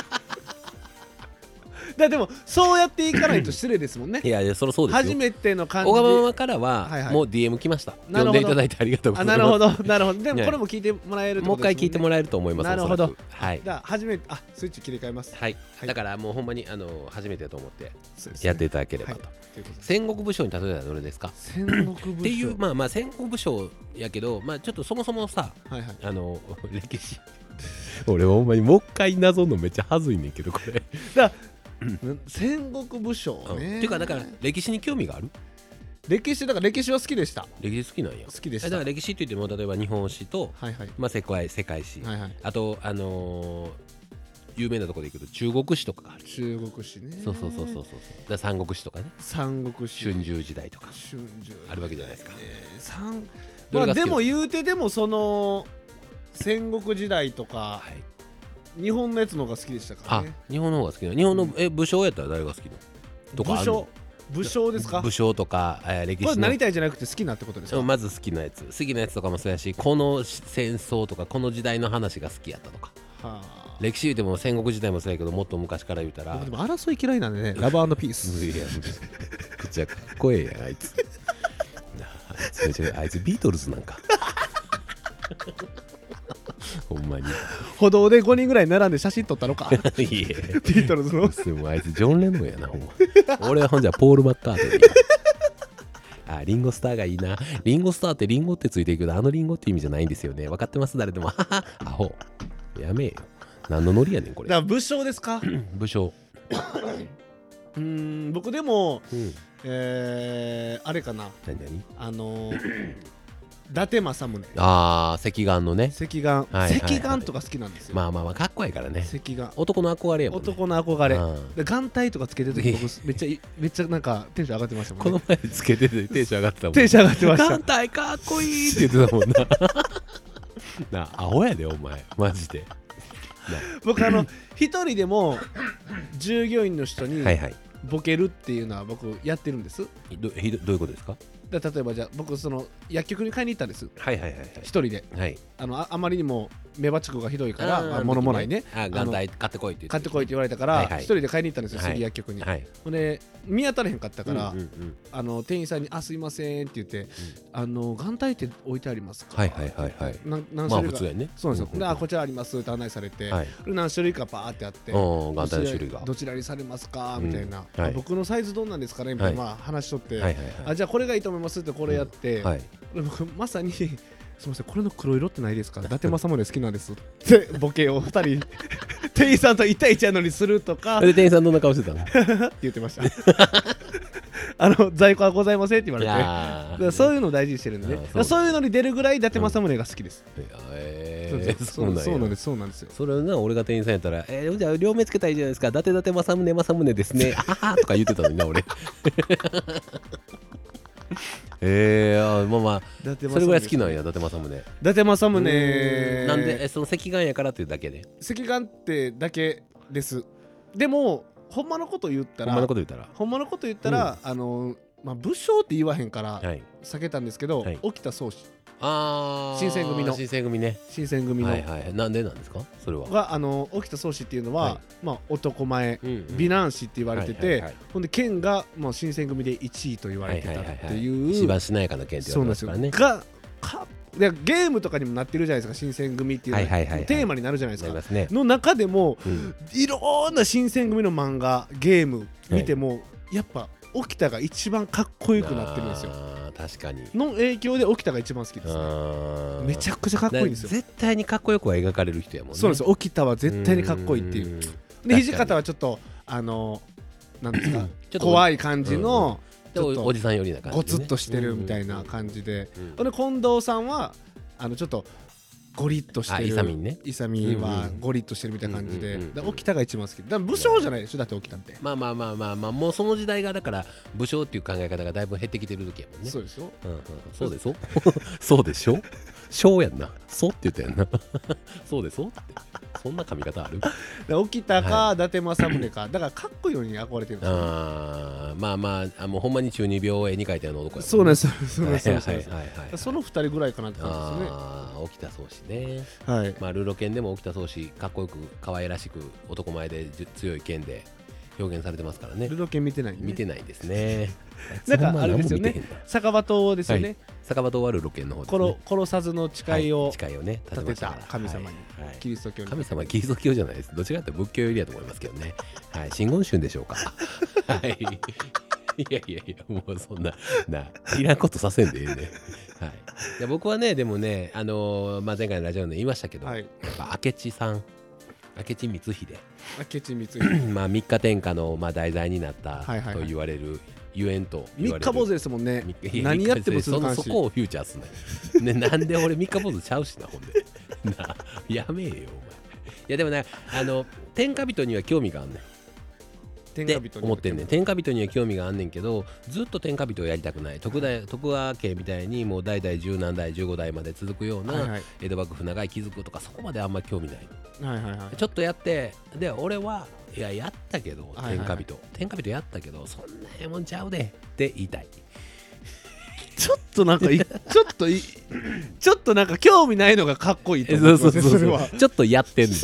でもそうやっていかないと失礼ですもんね。 いやそうですよ。 初めての感じで小川ママからはもう DM 来ました。読んでいただいてありがとうございます。 なるほどなるほど。でもこれも聞いてもらえるともう一回聞いてもらえると思います。 なるほど。 はい。 じゃあ初めてスイッチ切り替えます。 はい。だからもうほんまに初めてだと思ってやっていただければと。戦国武将に例えたらどれですか？ 戦国武将っていうまあ戦国武将やけど、まあちょっとそもそもさ歴史俺ほんまにもう一回謎のめっちゃはずいねんけどこれ。 戦国武将ね。 っていうかだから歴史に興味がある？ 歴史は好きでした。 歴史好きなんや。 好きでした。 だから歴史って言っても例えば日本史と世界史、あと有名なところで行くと中国史とかがある。 中国史ね。 そうだ三国史とかね。 三国史。 春秋時代とかあるわけじゃないですか。 まあでも言うてでもその戦国時代とか、はい、日本のやつの方が好きでしたからね。 日本の方が好きな。日本の武将やったら誰が好きなとかあるの？ 武将ですか？ 武将とか、歴史のこれなりたいじゃなくて好きなってことですか？ まず好きなやつとかもそうやし、この戦争とかこの時代の話が好きやったとか、はあ、歴史言うても戦国時代もそうやけど、もっと昔から言うたら。 でも争い嫌いなんでね。ラブ&ピース。 いや、めっちゃかっこええやんあいつ。あいつビートルズなんか。ほんまに歩道で5人ぐらい並んで写真撮ったのか。いえビートルズの。 でもあいつジョン・レノンやなほんま。俺はほんじゃポール・マッカートニー。リンゴスターがいいな。リンゴスターってリンゴってついてるけど、あのリンゴって意味じゃないんですよね。分かってます誰でも。アホやめえよ。何のノリやねんこれ。 だから武将ですか？ 武将。 僕でも、あれかな。伊達政宗。 石岩のね。 石岩とか好きなんですよ。 まあかっこいいからね。 石岩。 男の憧れやもんね。 男の憧れ。眼帯とかつけてる時僕めっちゃなんかテンション上がってましたもんね。 この前つけててテンション上がってたもん。 テンション上がってました。 眼帯かっこいいって言ってたもんな。なあ、アホやでお前マジで。 僕一人でも従業員の人にボケるっていうのは僕やってるんです。 どういうことですか？ 例えばじゃあ僕その薬局に買いに行ったんです。一人で、あまりにも目鉢がひどいから物もないね。 眼帯買ってこいって言われたから一人で買いに行ったんですよ、杉薬局に。ほんで見当たれへんかったから店員さんに「すいません」って言って「眼帯って置いてありますか？」 まあ普通やね。 そうなんですよ。こちらありますって案内されて、何種類かパーってあって、 眼帯の種類がどちらにされますかみたいな、僕のサイズどんなんですかねみたいな話しとって、じゃあこれがいいと思いますってこれやって、僕まさにすみませんこれの黒色ってないですか？伊達政宗好きなんですってボケを2人店員さんと1対1やのにするとか。 で店員さんどんな顔してたの？ って言ってました。在庫はございませんって言われて、そういうのを大事にしてるんでね。そういうのに出るぐらい伊達政宗が好きです。そうなんですよ。 それは俺が店員さんやったらじゃあ両目つけたらいいじゃないですか。伊達政宗ですね。あははとか言ってたのにな俺。まあそれぐらい好きなんや伊達政宗。 伊達政宗なんでその石岩やからっていうだけで。 石岩ってだけです。でもほんまのこと言ったら武将って言わへんから避けたんですけど、沖田総司。新選組の。 新選組ね。 新選組の。 なんでなんですかそれは。 沖田総司っていうのは男前美男子って言われてて、ほんで剣が新選組で1位と言われてたっていう。 一番しなやかな剣って言われますからね。 ゲームとかにもなってるじゃないですか。新選組っていうのテーマになるじゃないですか。の中でもいろんな新選組の漫画ゲーム見てもやっぱ沖田が一番かっこよくなってるんですよ。 確かにの影響で沖田が一番好きですね。めちゃくちゃかっこいいんですよ。 絶対にかっこよくは描かれる人やもんね。 そうです。沖田は絶対にかっこいいっていう。で土方はちょっとなんですか怖い感じのおじさん寄りな感じ、 ゴツッとしてるみたいな感じで、近藤さんはちょっとゴリッとしてる。勇はゴリッとしてるみたいな感じで、沖田が一番好き。だから武将じゃないでしょだって沖田って。 まあもうその時代がだから武将っていう考え方がだいぶ減ってきてる時やもんね。 そうですよ。 そうでしょ。そうでしょ。将やんな。そうって言ったやんな。そうでしょって。そんな髪型ある？ 沖田か伊達政宗か。だからかっこいいのに憧れてるんですよ。 まあもうほんまに中二病を絵に描いたような男や。 そうなんです。その2人ぐらいかなって感じですね。 沖田総司ね。ルロケンでも沖田総司かっこよく可愛らしく男前で強い剣で表現されてますからね。 ルロケン見てないですね。 なんかあれですよね。酒場島ですよね。 酒場島はルロケンの方ですね。 殺さずの誓いをね立てた神様に。キリスト教。 神様キリスト教じゃないです。どちらかというと仏教寄りだと思いますけどね。真言宗でしょうか。はい。いやもうそんないらんことさせんでええね。僕はねでもね前回のラジオで言いましたけど、やっぱ明智さん。明智光秀。三日天下の題材になったと言われるゆえんと言われる。 三日坊主ですもんね。何やってもする感じ。 そこをフューチャーすんね。なんで俺三日坊主ちゃうしなほんで。やめえよお前。いやでもね天下人には興味があんねん。 って思ってんねん。天下人には興味があんねんけど、ずっと天下人をやりたくない。徳川家みたいにもう代々10何代15代まで続くような江戸幕府長い築くとか、そこまであんま興味ない、ちょっとやって、で俺はいややったけど、天下人やったけどそんなええもんちゃうでって言いたい。 ちょっとなんかちょっとなんか興味ないのがかっこいいと思う。それはちょっとやってんねん。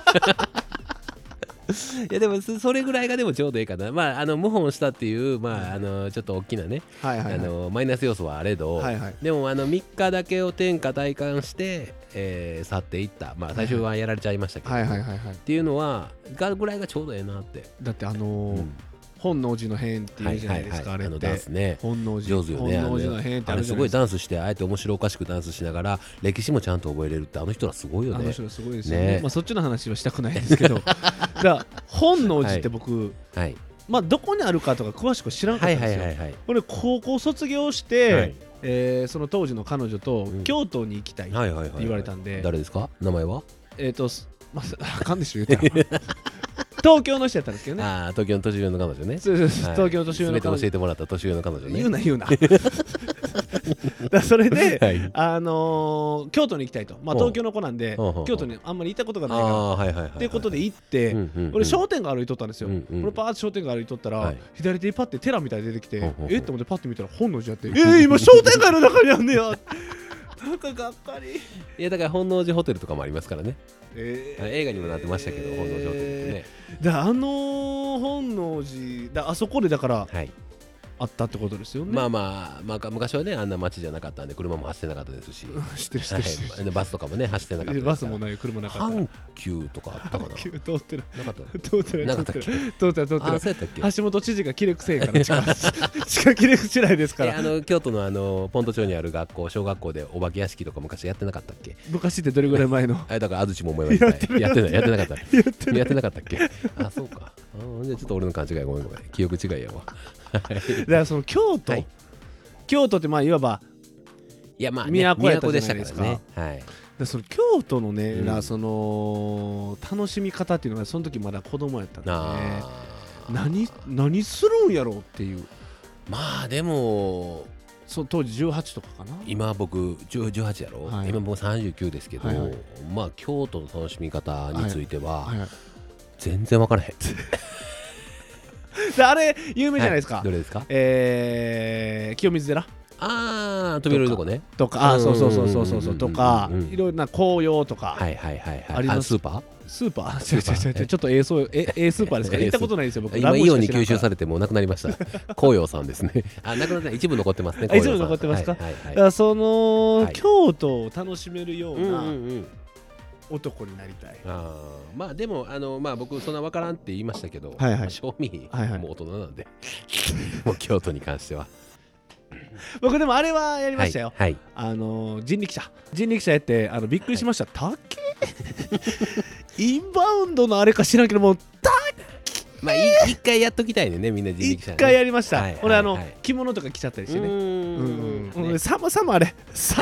いやでもそれぐらいがでもちょうどいいかな。まあ謀反したっていう、まあちょっと大きなね、マイナス要素はあれど、でも3日だけを天下体感して、去っていった。まあ最初はやられちゃいましたけど、っていうのはぐらいがちょうどええなって。 だって本能寺の変っていうじゃないですか、あれってダンスね、 本能寺上手よね。 本能寺の変ってあれすごいダンスして、あえて面白おかしくダンスしながら歴史もちゃんと覚えれるって、あの人らすごいよね。 あの人らすごいですよね。まあそっちの話はしたくないんですけど、だから本能寺って僕、まあどこにあるかとか詳しく知らなかったんですよ。俺高校卒業して、その当時の彼女と京都に行きたいって言われたんで。 誰ですか、名前は？ まあかんでしょ言うたら。東京の人やったんですけどね。 東京の年上の彼女ね。 そう東京の年上の彼女。 全て教えてもらった年上の彼女ね。 言うな。だそれで、京都に行きたいと。まあ東京の子なんで、京都にあんまり行ったことがないからっていうことで行って、俺商店街歩いとったんですよ。俺パーッと商店街歩いとったら、左手にパッて寺みたいに出てきて、って思ってパッて見たら本能寺やって、今商店街の中にあんねや。なんかがっかり。 いやだから本能寺ホテルとかもありますからね。映画にもなってましたけど、本能寺ホテルってね。 本能寺あそこでだから、あったってことですよね。 まあ昔はね、あんな街じゃなかったんで車も走ってなかったですし、バスとかもね走ってなかった。 バスもない、車なかった。 阪急とかあったかな。 阪急通ってる。 なかった。 通ってる。 なかったっけ。 通ってる。 そうやったっけ。 橋本知事がキレくせえから近キレくしないですから。 京都のポント町にある学校、小学校でお化け屋敷とか昔やってなかったっけ。 昔ってどれぐらい前の。 だから安土も思いました。やってなかった。やってなかったっけ。あ、そうか。じゃあちょっと俺の勘違い、ごめん記憶違いやわ。 だからその京都ってまあいわば都やったじゃないですか。その京都のね、その楽しみ方っていうのがその時まだ子供やったんで、何するんやろうっていう。 まあでも当時18とかかな。 今僕18やろ。今僕39ですけど、まあ京都の楽しみ方については全然分からへん。 あれ有名じゃないですか。 どれですか。 清水寺。 飛び降りるとこね。 とか、そうとか、いろいろな紅葉とか。あります。スーパーちょっとスーパーですから行ったことないですよ僕。 今イオンに吸収されてもうなくなりました。紅葉さんですね。なくなった一部残ってますね。 一部残ってますか。だからその京都を楽しめるような男になりたい。 まあでもまあ僕そんな分からんって言いましたけど、正味もう大人なんで、もう京都に関しては。 僕でもあれはやりましたよ。人力車やってびっくりしました。高っインバウンドのあれか知らんけどもまあ一回やっときたいね、みんな人力車。 一回やりました。俺着物とか着ちゃったりしてね。寒あれ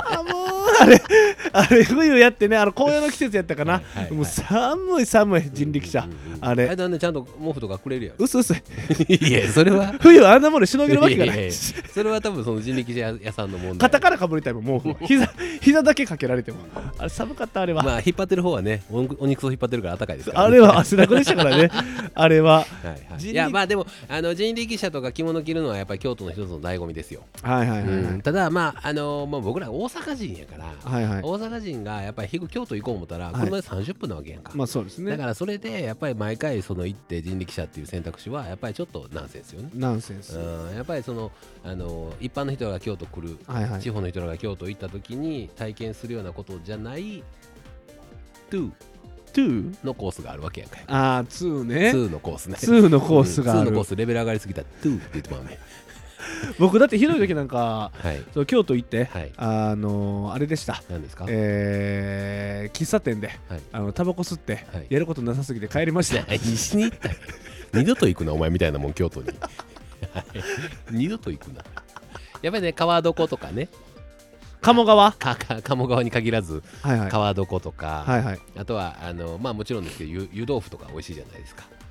冬やってね、紅葉の季節やったかな。もう寒い人力車あれ。 だね、ちゃんと毛布とかくれるやん。 嘘いやそれは冬はあんなものでしのげるわけがない。 それは多分その人力車屋さんの問題。 肩からかぶりたいもん毛布。膝だけかけられてもあれ寒かった。あれはまあ引っ張ってる方はね、お肉を引っ張ってるから暖かいですから。 あれは汗だくでしたからね。あれは。 いやまあでも人力車とか着物着るのはやっぱり京都の一つの醍醐味ですよ。ただまあ僕ら大阪人やから、大阪人がやっぱり京都行こう思ったら車で30分なわけやんか。 まあそうですね。 だからそれでやっぱり毎回行って人力車っていう選択肢はやっぱりちょっとナンセンスよね。 ナンセンス。 やっぱり一般の人が京都来る、地方の人が京都行った時に体験するようなことじゃない2のコースがあるわけやんか。 2ね。 2のコースね。 2のコースがある。 2のコースレベル上がりすぎたら2って言ってまうね。 僕だってひどい時なんか京都行ってあれでした。 何ですか。 喫茶店でタバコ吸ってやることなさすぎて帰りました。 西に行った二度と行くなお前みたいなもん京都に。二度と行くな。やっぱりね、川床とかね、 鴨川に限らず、川床とか、あとはまあもちろんですけど湯豆腐とか美味しいじゃないですか。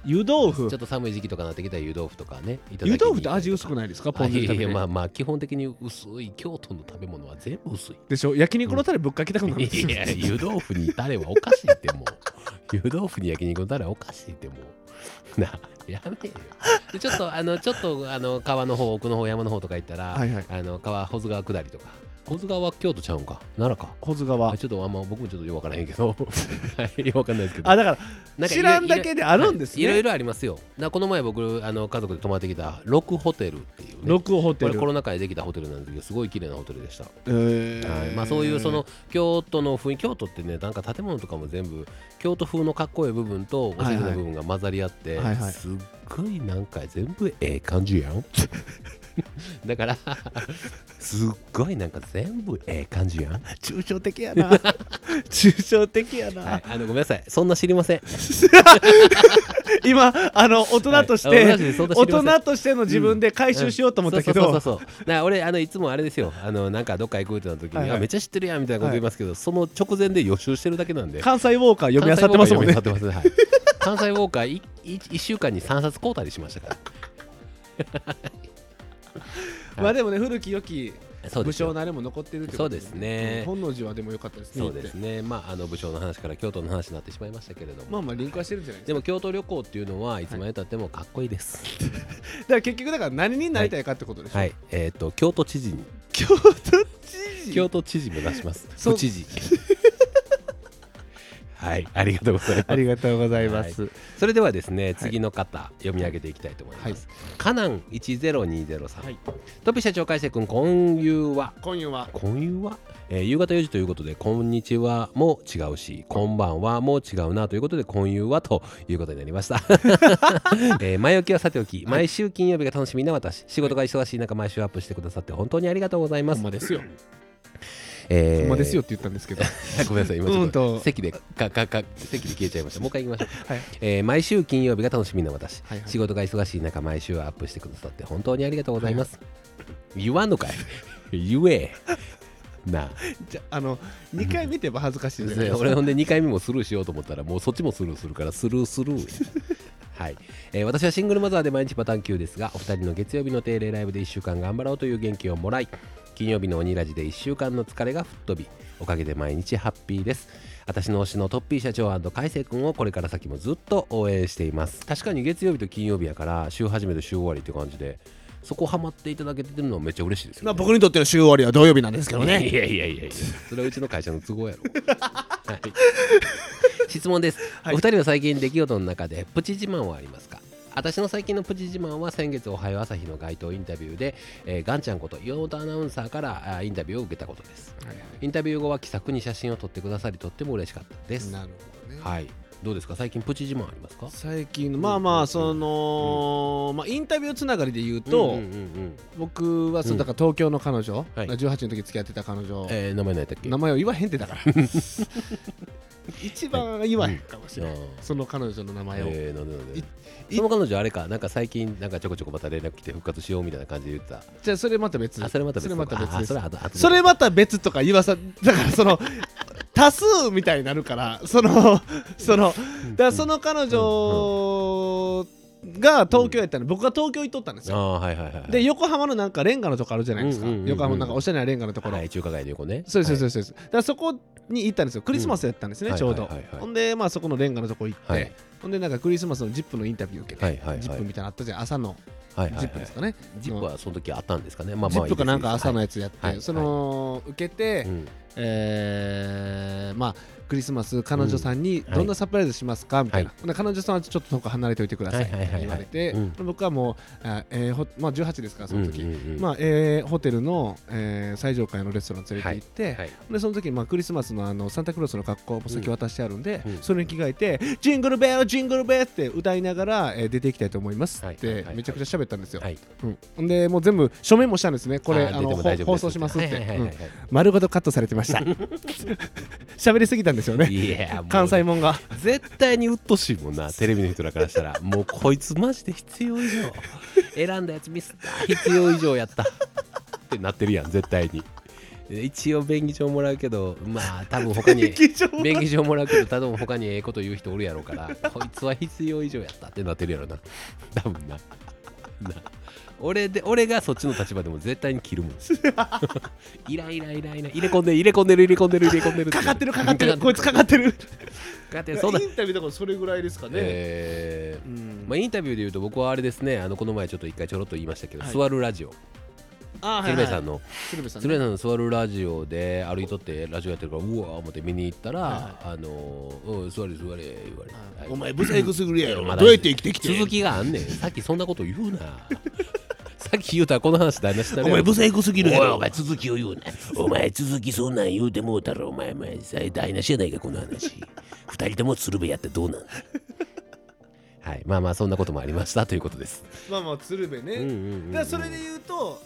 湯豆腐ちょっと寒い時期とかなってきたら湯豆腐とかね。 湯豆腐って味薄くないですか？ポン酢で食べて。 まあ基本的に薄い。京都の食べ物は全部薄いでしょ。焼肉のタレぶっかけたくなるんですよ。 いや湯豆腐にタレはおかしいってもう湯豆腐に焼肉のタレはおかしいってもうなやめよ。でちょっと川の方奥の方山の方とか行ったら、川保津川下りとか。保津川は京都ちゃうんか奈良か。 保津川ちょっと僕もちょっとよくわからへんけどはいよくわかんないですけど。 だから知らんだけであるんですね。 いろいろありますよ。この前僕家族で泊まってきたロクホテルっていうね。 ロクホテル。 これコロナ禍でできたホテルなんですけどすごい綺麗なホテルでした。そういうその京都の雰囲気。京都ってねなんか建物とかも全部京都風のかっこいい部分とおしゃれな部分が混ざり合って、すっごいなんか全部感じやんだからすっごいなんか全部感じやん。 抽象的やな抽象的やな、 ごめんなさいそんな知りません今大人として、大人としての自分で回収しようと思ったけど、 だから俺いつもあれですよなんかどっか行くってなった時に、めっちゃ知ってるやんみたいなこと言いますけど、その直前で予習してるだけなんで。 関西ウォーカー読み漁ってますもんね。 関西ウォーカー1週間に3冊買うたりしましたからまあでもね古き良き武将のあれも残ってるってことで、 そうですね。 本能寺はでも良かったですね。 そうですね。武将の話から京都の話になってしまいましたけれども、 まあリンクはしてるんじゃないですか。 でも京都旅行っていうのはいつまでたってもかっこいいです、 だから結局何になりたいかってことでしょ。 はい、京都知事に京都知事目指します。府知事はい、ありがとうございます。 ありがとうございます。 それではですね、次の方読み上げていきたいと思います。カナン1020さん、トピ社長海瀬君、今夕は夕方4時ということで、こんにちはも違うし、こんばんはも違うなということで、今夕はということになりました。前置きはさておき、毎週金曜日が楽しみな私、仕事が忙しい中毎週アップしてくださって本当にありがとうございます。 ほんまですよ。ほんまですよって言ったんですけどごめんなさい今ちょっと席で消えちゃいました。もう一回言いましょう。毎週金曜日が楽しみな私、仕事が忙しい中毎週アップしてくださって本当にありがとうございます。言わんのかい言えなじゃ2回見ても恥ずかしいですね。 俺ほんで2回目もスルーしようと思ったらもうそっちもスルーするからスルーはい、私はシングルマザーで毎日パターン級ですが、お二人の月曜日の定例ライブで1週間頑張ろうという元気をもらい、金曜日の鬼ラジで1週間の疲れが吹っ飛び、おかげで毎日ハッピーです。私の推しのトッピー社長&海星君をこれから先もずっと応援しています。確かに月曜日と金曜日やから週始めと週終わりって感じで、そこハマっていただけてるのはめっちゃ嬉しいですよ、ね。 僕にとっての週終わりは土曜日なんですけどね。 いやそれはうちの会社の都合やろ。はい、質問です、お二人は最近出来事の中でプチ自慢はありますか？私の最近のプチ自慢は先月おはよう朝日の街頭インタビューで、ガンちゃんこと岩本アナウンサーからインタビューを受けたことです、インタビュー後は気さくに写真を撮ってくださりとっても嬉しかったです。 なるほどね。 はい、どうですか最近プチ自慢ありますか？ 最近インタビューつながりで言うと、僕はだから東京の彼女、18の時付き合ってた彼女、 名前何やったっけ？ 名前を言わへんってだから一番言わへんかもしれない、その彼女の名前を。 なんでその彼女あれか、なんか最近なんかちょこちょこまた連絡来て復活しようみたいな感じで言った。 じゃあそれまた別。 それまた別とか言わさ、だから多数みたいになるから、だからその彼女が東京やったの、僕が東京行っとったんですよ。で横浜のなんかレンガのとこあるじゃないですか。横浜なんかおしゃれなレンガのところ、 中華街の横ね。 そうだからそこに行ったんですよ。クリスマスやったんですね、ちょうど。ほんでそこのレンガのとこ行って、ほんでなんかクリスマスのジップのインタビュー受けて、ジップみたいなのあったじゃん、朝のジップですかね。 ジップはその時あったんですかね。 ジップかなんか朝のやつやって、その受けて、クリスマス彼女さんにどんなサプライズしますかみたいな、彼女さんはちょっと遠く離れておいてくださいって言われて、僕はもう18ですからその時、ホテルの最上階のレストラン連れて行って、でその時にクリスマスのサンタクロースの格好も先渡してあるんで、それに着替えてジングルベルジングルベルって歌いながら出ていきたいと思いますってめちゃくちゃ喋ったんですよ。でもう全部書面もしたんですね。これ放送しますって丸ごとカットされてました。喋りすぎたんですよね。いや関西もんが絶対にうっとしいもんな、テレビの人らからしたら。もうこいつマジで必要以上選んだやつミスった、必要以上やったってなってるやん絶対に。 一応便宜上もらうけど、まあ多分他に便宜上もらうけど、多分他にええこと言う人おるやろうから、こいつは必要以上やったってなってるやろな、多分な。俺がそっちの立場でも絶対に切るもん。イライラ入れ込んでるかかってるこいつかかってる。 そんなインタビューだからそれぐらいですかね。 まあインタビューで言うと僕はあれですね、この前ちょっと一回ちょろっと言いましたけど、座るラジオ、鶴瓶さんの座るラジオで歩いとってラジオやってるから、うわー思って見に行ったら、座れ言われ、 お前ブサイクすぎるやろ、どうやって生きてきて。 続きがあんねん。さっきそんなこと言うな。さっき言うたらこの話台無しになる。 お前ブサイクすぎるやろ。 お前続きを言うな。お前続きそんなん言うてもうたら、お前台無しやないかこの話。二人とも鶴瓶やってどうなん。はい、まあそんなこともありましたということです。 まあ鶴瓶ね。だからそれで言うと、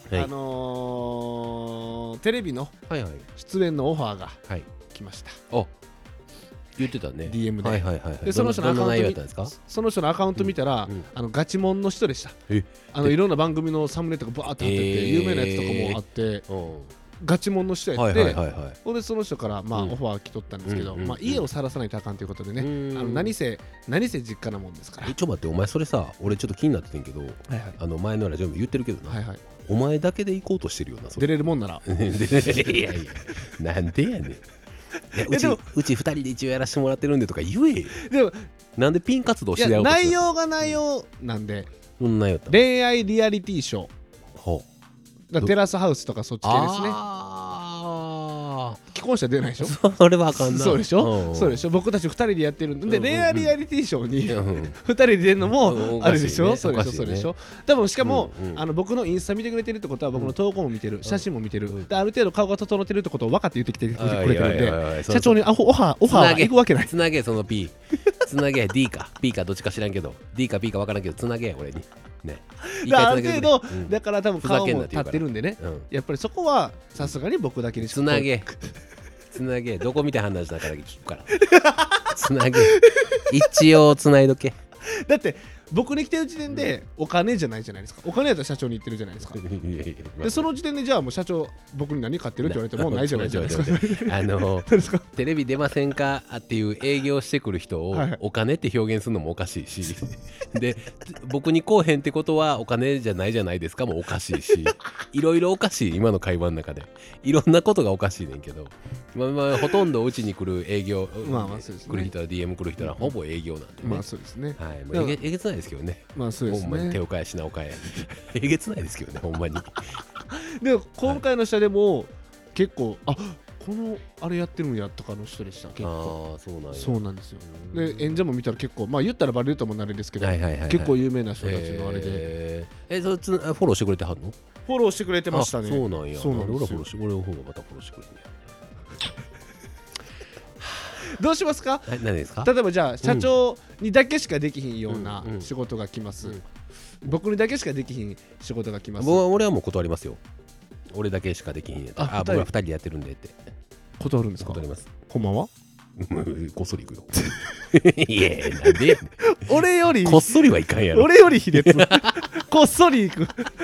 テレビの出演のオファーが来ました。 言ってたね。 DM で。 でその人のアカウント見たら、ガチモンの人でした。いろんな番組のサムネとかバーって貼ってて、有名なやつとかもあって、ガチモンの人やって、その人からオファー来とったんですけど、家を晒さないとあかんということでね、何せ実家なもんですから。 ちょっと待って、お前それさ、俺ちょっと気になっててんけど、前のラジオも言ってるけどな、お前だけで行こうとしてるよな。 出れるもんなら。 いやなんでやねん。うち2人で一応やらせてもらってるんでとか言え。でもなんでピン活動してやろうとしてる。 内容が内容なんで、 恋愛リアリティショー、テラスハウスとかそっち系ですね。既婚者出ないでしょ。 それはあかんな。 そうでしょ。僕たち2人でやってるんで、恋愛リアリティショーに2人で出るのもあれでしょ。そうでしょ。多分しかも僕のインスタ見てくれてるってことは、僕の投稿も見てる、写真も見てる、ある程度顔が整ってるってことを分かって言ってきてくれてるんで、社長にオファーは行くわけない。 つなげその P つなげ D か P かどっちか知らんけど、 D か P か分からんけどつなげ俺にね。 ある程度だから多分顔も立ってるんでね、やっぱりそこはさすがに僕だけにつなげどこ見て判断しながら聞くから。つなげ一応つないどけ。 だって僕に来てる時点でお金じゃないじゃないですか。お金やったら社長に言ってるじゃないですか。でその時点でじゃあもう社長僕に何買ってるって言われてもうないじゃないですか。 テレビ出ませんかっていう営業してくる人をお金って表現するのもおかしいし、で僕にこうへんってことはお金じゃないじゃないですかもおかしいし、いろいろおかしい。今の会話の中でいろんなことがおかしいねんけど、ほとんどうちに来る営業来る人は DM 来る人はほぼ営業なんでね。 まあそうですね。 えげつないですけどね。 まあそうですね。 ほんまに手を変え品を変ええげつないですけどね、ほんまに。 で今回の下でも結構このあれやってるんやとかの人でした。結構そうなんですよ。で演者も見たら結構言ったらバレるともなれですけど、結構有名な人たちのあれで。 そっちフォローしてくれてはんの？ フォローしてくれてましたね。 そうなんや。俺の方がまたフォローしてくれてんや。 どうしますか？ 何ですか？ 例えばじゃあ社長にだけしかできひんような仕事が来ます。僕にだけしかできひん仕事が来ます。 俺はもう断りますよ。俺だけしかできひんやった。僕は2人でやってるんでって断るんですか？ 断ります。 ほんまは？ こっそり行くよ。いやなんで俺よりこっそりはいかんやろ。 俺より卑劣。こっそり行く。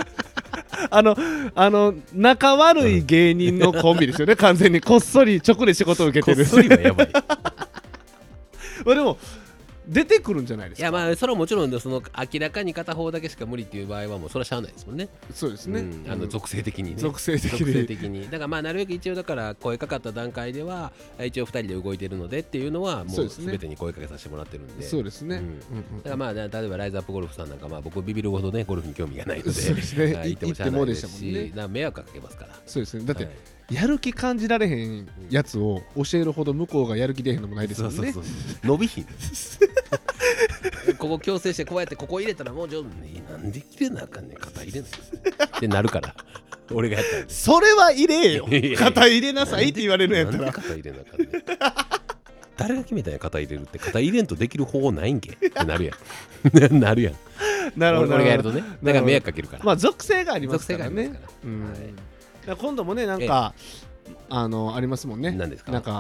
仲悪い芸人のコンビですよね。完全にこっそり直で仕事を受けてる。 こっそりはやばい。 でも出てくるんじゃないですか。 いやそれはもちろんその明らかに片方だけしか無理っていう場合はもうそれはしゃあないですもんね。 そうですね。 属性的にね。 属性的にだからなるべく一応だから声かかった段階では一応2人で動いてるのでっていうのはもう全てに声かけさせてもらってるんで。 そうですね。 だから例えばライズアップゴルフさんなんか僕ビビるほどねゴルフに興味がないので行ってもしゃあないですし、 迷惑かけますから。 そうですね。だってやる気感じられへんやつを教えるほど向こうがやる気出へんのもないですもんね。 伸びひん。ここ矯正してこうやってここ入れたらもうなんで切れなあかんねん、肩入れないってなるから俺がやったらそれは入れよ。肩入れなさいって言われるんやったら肩入れなあかんねん。誰が決めたんや肩入れるって。肩入れんとできる方法ないんけってなるやん。なるやん。 なるほど。 俺がやるとね。だから迷惑かけるから。 まあ属性がありますからね。今度もねなんかありますもんね。 何ですか？ なんか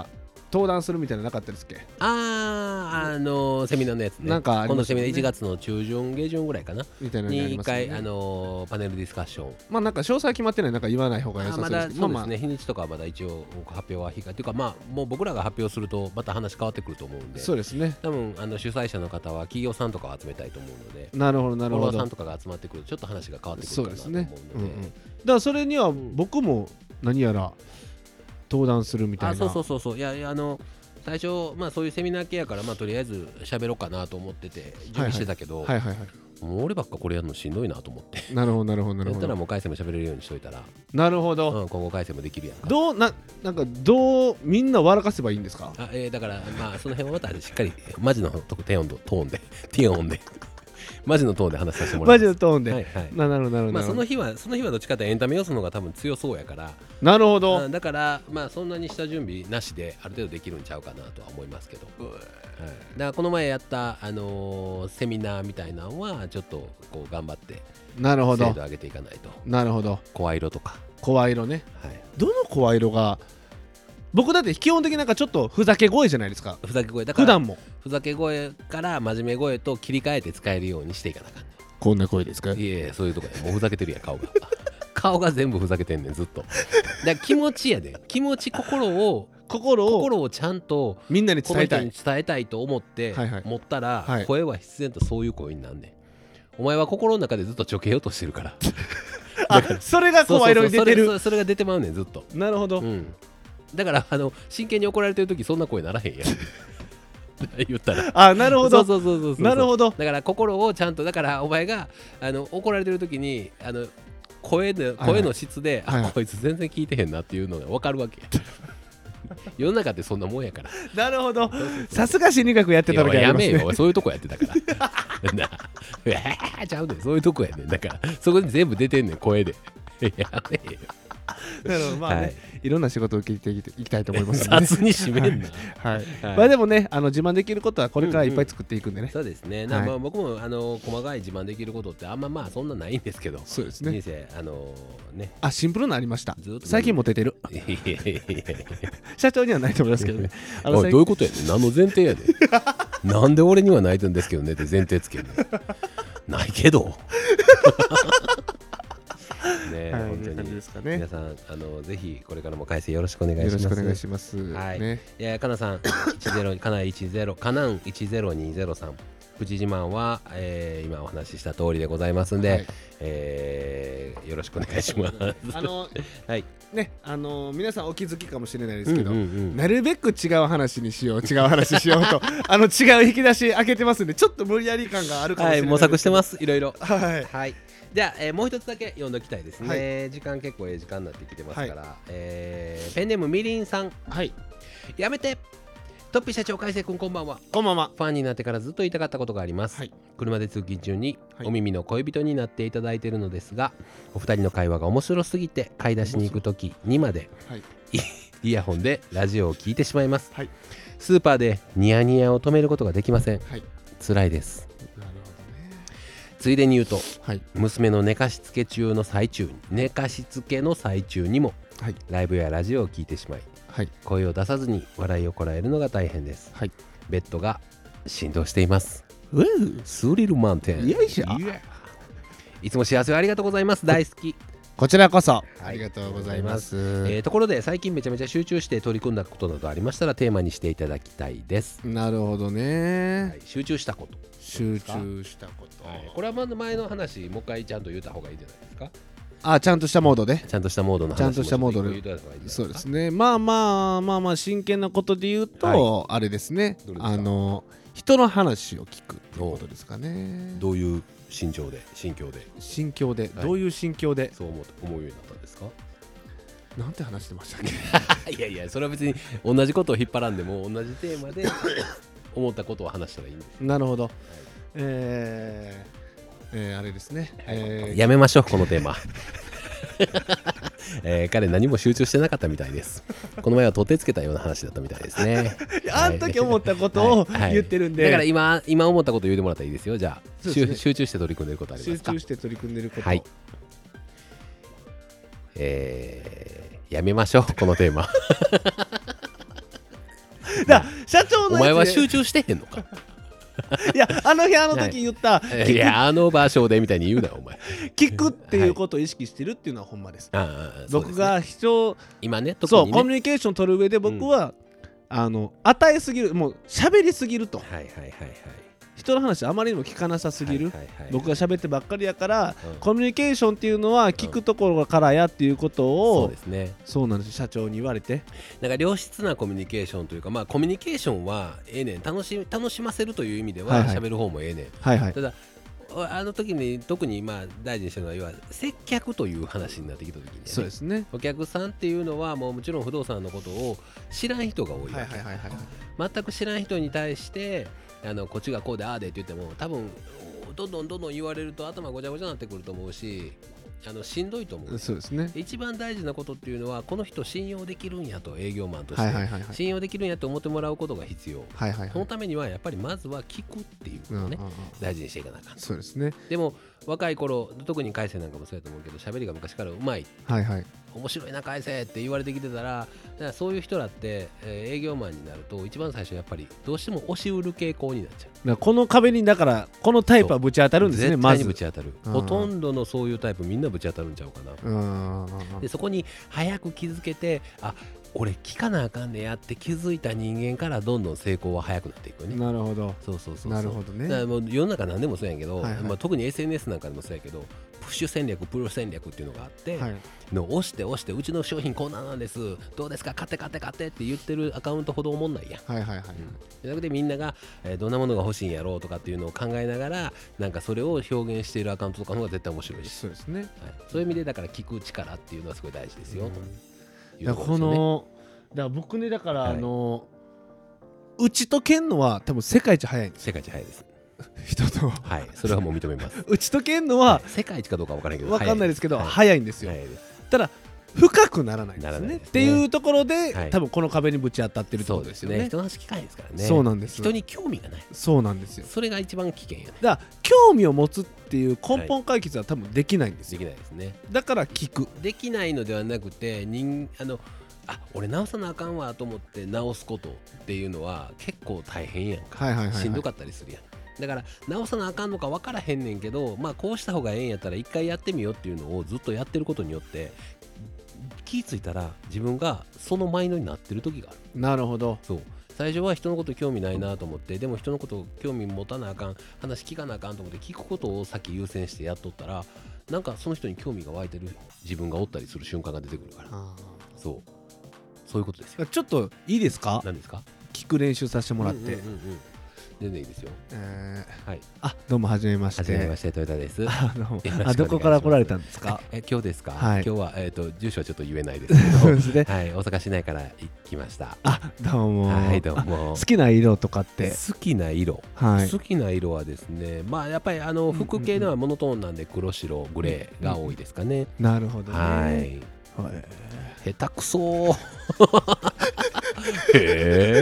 登壇するみたいなのなかったですっけ？ セミナーのやつね。 なんかありましたね。 今度セミナー1月の中旬下旬ぐらいかなみたいなのに1 ありますよね。 回パネルディスカッション。 まあなんか詳細決まってない、なんか言わない方が良さそうですけど、 まだそうですね、日にちとかはまだ一応発表は控えというか、まあもう僕らが発表するとまた話変わってくると思うんで、 そうですね。 多分主催者の方は企業さんとかを集めたいと思うので、 なるほどなるほど。 フォロワーさんとかが集まってくるとちょっと話が変わってくるかなと思うので、 だからそれには僕も何やら登壇するみたいな。 そういや最初まあそういうセミナー系やから、まあとりあえず喋ろうかなと思ってて準備してたけど、もう俺ばっかこれやるのしんどいなと思って。 なるほど。やったらもう回線も喋れるようにしといたら、 なるほど、 今後回線もできるやんか。 なんかどうみんな笑かせばいいんですか？ だからまあその辺はまたしっかりマジのトーンでマジのトーンで話させてもらいます。 マジのトーンで、なるほど。 まあその日はどっちかというとエンタメ要素の方が多分強そうやから。 なるほど。 だからまあそんなに下準備なしである程度できるんちゃうかなとは思いますけど、だからこの前やったセミナーみたいなのはちょっとこう頑張って精度上げていかないと。 なるほど。 声色とか。 声色ね。どの声色が、僕だって基本的になんかちょっとふざけ声じゃないですか。 ふざけ声だから普段もふざけ声から真面目声と切り替えて使えるようにしていかなあかんね。 こんな声ですか？ いやそういうとこでもうふざけてるやん顔が顔が全部ふざけてんねんずっと。だから気持ちやで、心をちゃんとみんなに伝えたいと思って持ったら、声は必然とそういう声になんねん。お前は心の中でずっとちょけようとしてるからそれが声色に出てる。 それが出てまうねんずっと。 なるほど、 だから真剣に怒られてる時そんな声ならへんやん言ったら。 なるほど。 そうなるほど。 だから心をちゃんと、だからお前が怒られてる時に声の質で、こいつ全然聞いてへんなっていうのが分かるわけ世の中ってそんなもんやから。 なるほど。さすが心理学やってた時ありますね。 やめよ、そういうとこやってたからちゃうねん、そういうとこやねん。だからそこに全部出てんねん声でやめよ。 なるほど。まあね、いろんな仕事を聞いていきたいと思います雑に締めんな。 まあでもね、自慢できることはこれからいっぱい作っていくんでね。 そうですね。まあ僕も細かい自慢できることってあんままあそんなないんですけど。 そうですね。 人生ね。 シンプルなありました。最近モテてる。社長にはないと思いますけどね。 どういうことやねん。何の前提やねん。なんで俺にはないんですけどねって前提つけるの。ないけど。ね、本当に皆さんぜひこれからも改正よろしくお願いします。 よろしくお願いします。 かなさんかな102023プチ自慢は、今お話しした通りでございますんで、よろしくお願いします。 ね、皆さんお気づきかもしれないですけど、なるべく違う話しようと違う引き出し開けてますんで、ちょっと無理やり感があるかもしれない。 模索してます、いろいろ。じゃあ、もう一つだけ読んどきたいですね。時間結構時間になってきてますから、ペンネームみりんさん。やめてトッピー社長、海星君、こんばんは。 こんばんは。 ファンになってからずっと言いたかったことがあります。車で通勤中にお耳の恋人になっていただいているのですが、お二人の会話が面白すぎて買い出しに行く時にまでイヤホンでラジオを聞いてしまいます。スーパーでニヤニヤを止めることができません。辛いです。ついでに言うと、娘の寝かしつけの最中にも、ライブやラジオを聞いてしまい、声を出さずに笑いをこらえるのが大変です。ベッドが振動しています。スリル満点。いつも幸せをありがとうございます。大好き。 こちらこそありがとうございます。 ところで最近めちゃめちゃ集中して取り組んだことなどありましたらテーマにしていただきたいです。 なるほどね。 集中したこと。 これはまず前の話もう一回ちゃんと言った方がいいんじゃないですか。ちゃんとしたモードで。 ちゃんとしたモードの話。 ちゃんとしたモードで。そうですね。まあ真剣なことで言うと、あれですね。人の話を聞くっていうことですかね。 どういう心境でどういう心境でそう思うようになったんですか？ なんて話してましたっけ？いやそれは別に同じことを引っ張らんでも同じテーマで思ったことを話したらいいんです。 なるほど。あれですね。 やめましょうこのテーマ。彼何も集中してなかったみたいです。この前は取ってつけたような話だったみたいですね。 あの時思ったことを言ってるんで、 だから今思ったことを言ってもらったらいいですよ。じゃあ集中して取り組んでることありますか？ 集中して取り組んでること。 やめましょうこのテーマ。 だ社長のお前は集中してへんのかいやあの日あの時言った、 いやあの場所でみたいに言うなお前聞くっていうことを意識してるっていうのはほんまです、僕が非常今ね特にねそうコミュニケーション取る上で僕は、与えすぎるもう喋りすぎると、人の話あまりにも聞かなさすぎる、僕が喋ってばっかりやから、コミュニケーションっていうのは聞くところからやっていうことを、 そうですね、 そうなんです社長に言われて、 なんか良質なコミュニケーションというか、まあコミュニケーションはええねん、楽しませるという意味では喋る方もええねん、ただあの時に特にまあ大事にしてるのは接客という話になってきた時に、ね、 そうですね、 お客さんっていうのはもちろん不動産のことを知らん人が多いわけ、全く知らん人に対してこっちがこうでああでって言っても多分どんどん言われると頭ごちゃごちゃになってくると思うし、しんどいと思う。 そうですね。 一番大事なことっていうのはこの人信用できるんやと、営業マンとして、信用できるんやと思ってもらうことが必要、そのためにはやっぱりまずは聞くっていうのをね、大事にしていかなあかん。 そうですね。 でも若い頃特に海星なんかもそうやと思うけど、喋りが昔からうまい、面白いな海星って言われてきてたら、そういう人らって、営業マンになると一番最初やっぱりどうしても押し売る傾向になっちゃう。 だからこの壁にだからこのタイプはぶち当たるんですね。 絶対にぶち当たる、ほとんどのそういうタイプみんなぶち当たるんちゃうかな。でそこに早く気づけて、あ、俺聞かなあかんねやって気づいた人間からどんどん成功は早くなっていくよね。 なるほど。 そうなるほどね。 だからもう世の中何でもそうやけど、特に SNS なんかでもそうやけど、プッシュ戦略プロ戦略っていうのがあって、押してうちの商品こんなんです、どうですか、買ってって言ってるアカウントほどおもんないやん。それでみんなが、どんなものが欲しいんやろうとかっていうのを考えながら、なんかそれを表現しているアカウントとかの方が絶対面白いし、 そうですね、 そういう意味でだから聞く力っていうのはすごい大事ですよ、というだから僕ね、だからうちとけんのは多分世界一早いんです。 世界一早いです人と、 それはもう認めます。 うちとけんのは、 世界一かどうか分からないけど、 分かんないですけど、早いんですよ。ただ深くならないですねっていうところで、多分この壁にぶち当たってるってことですよね。 人の話聞かないですからね。 そうなんです。 人に興味がない。 そうなんですよ。 それが一番危険やね。 だから興味を持つっていう根本解決は多分できないんですよ。 できないですね。 だから聞く。 できないのではなくて、俺直さなあかんわと思って直すことっていうのは結構大変やんか。しんどかったりするやん。だから直さなあかんのか分からへんねんけど、こうした方がええんやったら一回やってみようっていうのをずっとやってることによって、気ぃついたら自分がそのマインドになってる時がある。 なるほど。 そう、最初は人のこと興味ないなと思って、でも人のこと興味持たなあかん、話聞かなあかんと思って聞くことを先優先してやっとったら、なんかその人に興味が湧いてる自分がおったりする瞬間が出てくるから。そういうことですよ。 ちょっといいですか？ 何ですか？ 聞く練習させてもらって。 全然いいですよ。 どうもはじめまして。 はじめまして、豊田です。 どこから来られたんですか？ 今日ですか？今日は住所はちょっと言えないですけど、大阪市内から行きました。 どうも。 どうも。 好きな色とかって？ 好きな色はですね、やっぱり服系ではモノトーンなんで黒白グレーが多いですかね。 なるほどね。 下手くそー下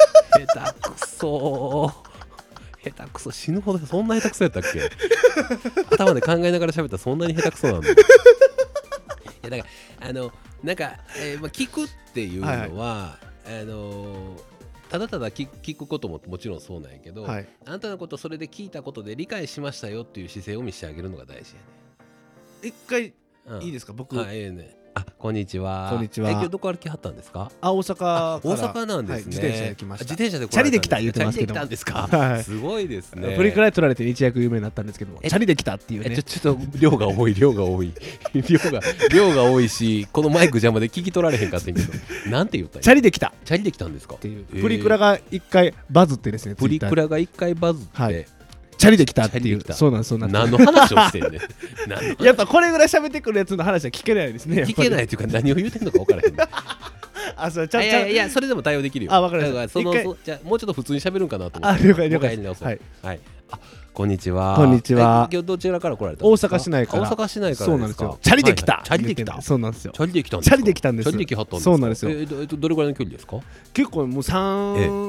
手くそ死ぬほど。そんな下手くそやったっけ？頭で考えながら喋ったらそんなに下手くそなんだ。いやだからなんか、聞くっていうのは、ただただ聞くことももちろんそうなんやけど、あなたのことそれで聞いたことで理解しましたよっていう姿勢を見せてあげるのが大事やね。 一回いいですか？僕。 こんにちは。 こんにちは。 今日どこ歩きはったんですか？ 大阪なんですね。 自転車で来ました。 自転車でチャリで来た言ってますけど。 チャリで来たんですか？すごいですね。 プリクラで撮られて一躍有名になったんですけども、チャリで来たっていうね。 ちょっと量が多い量が多いし、このマイク邪魔で聞き取られへんかってんけど、なんて言ったん？ チャリで来た。 チャリで来たんですか？ っていうプリクラが一回バズってですね。 プリクラが一回バズって。 チャリで来たっていう。そうなんです。 何の話をしてんねん。 やっぱこれぐらい喋ってくるやつの話は聞けないですね。 聞けないというか何を言うてんのか分からへん。いやそれでも対応できるよ。 分かりました。 じゃあもうちょっと普通に喋るんかなと思って。 了解です。 はい。こんにちは。 こんにちは。 今日どちらから来られたんですか？ 大阪市内から。 大阪市内から。 そうなんですよ。チャリで来た。 チャリで来た。 そうなんですよ。 チャリで来たんです。 そうなんですよ。 どれぐらいの距離ですか？ 結構もう3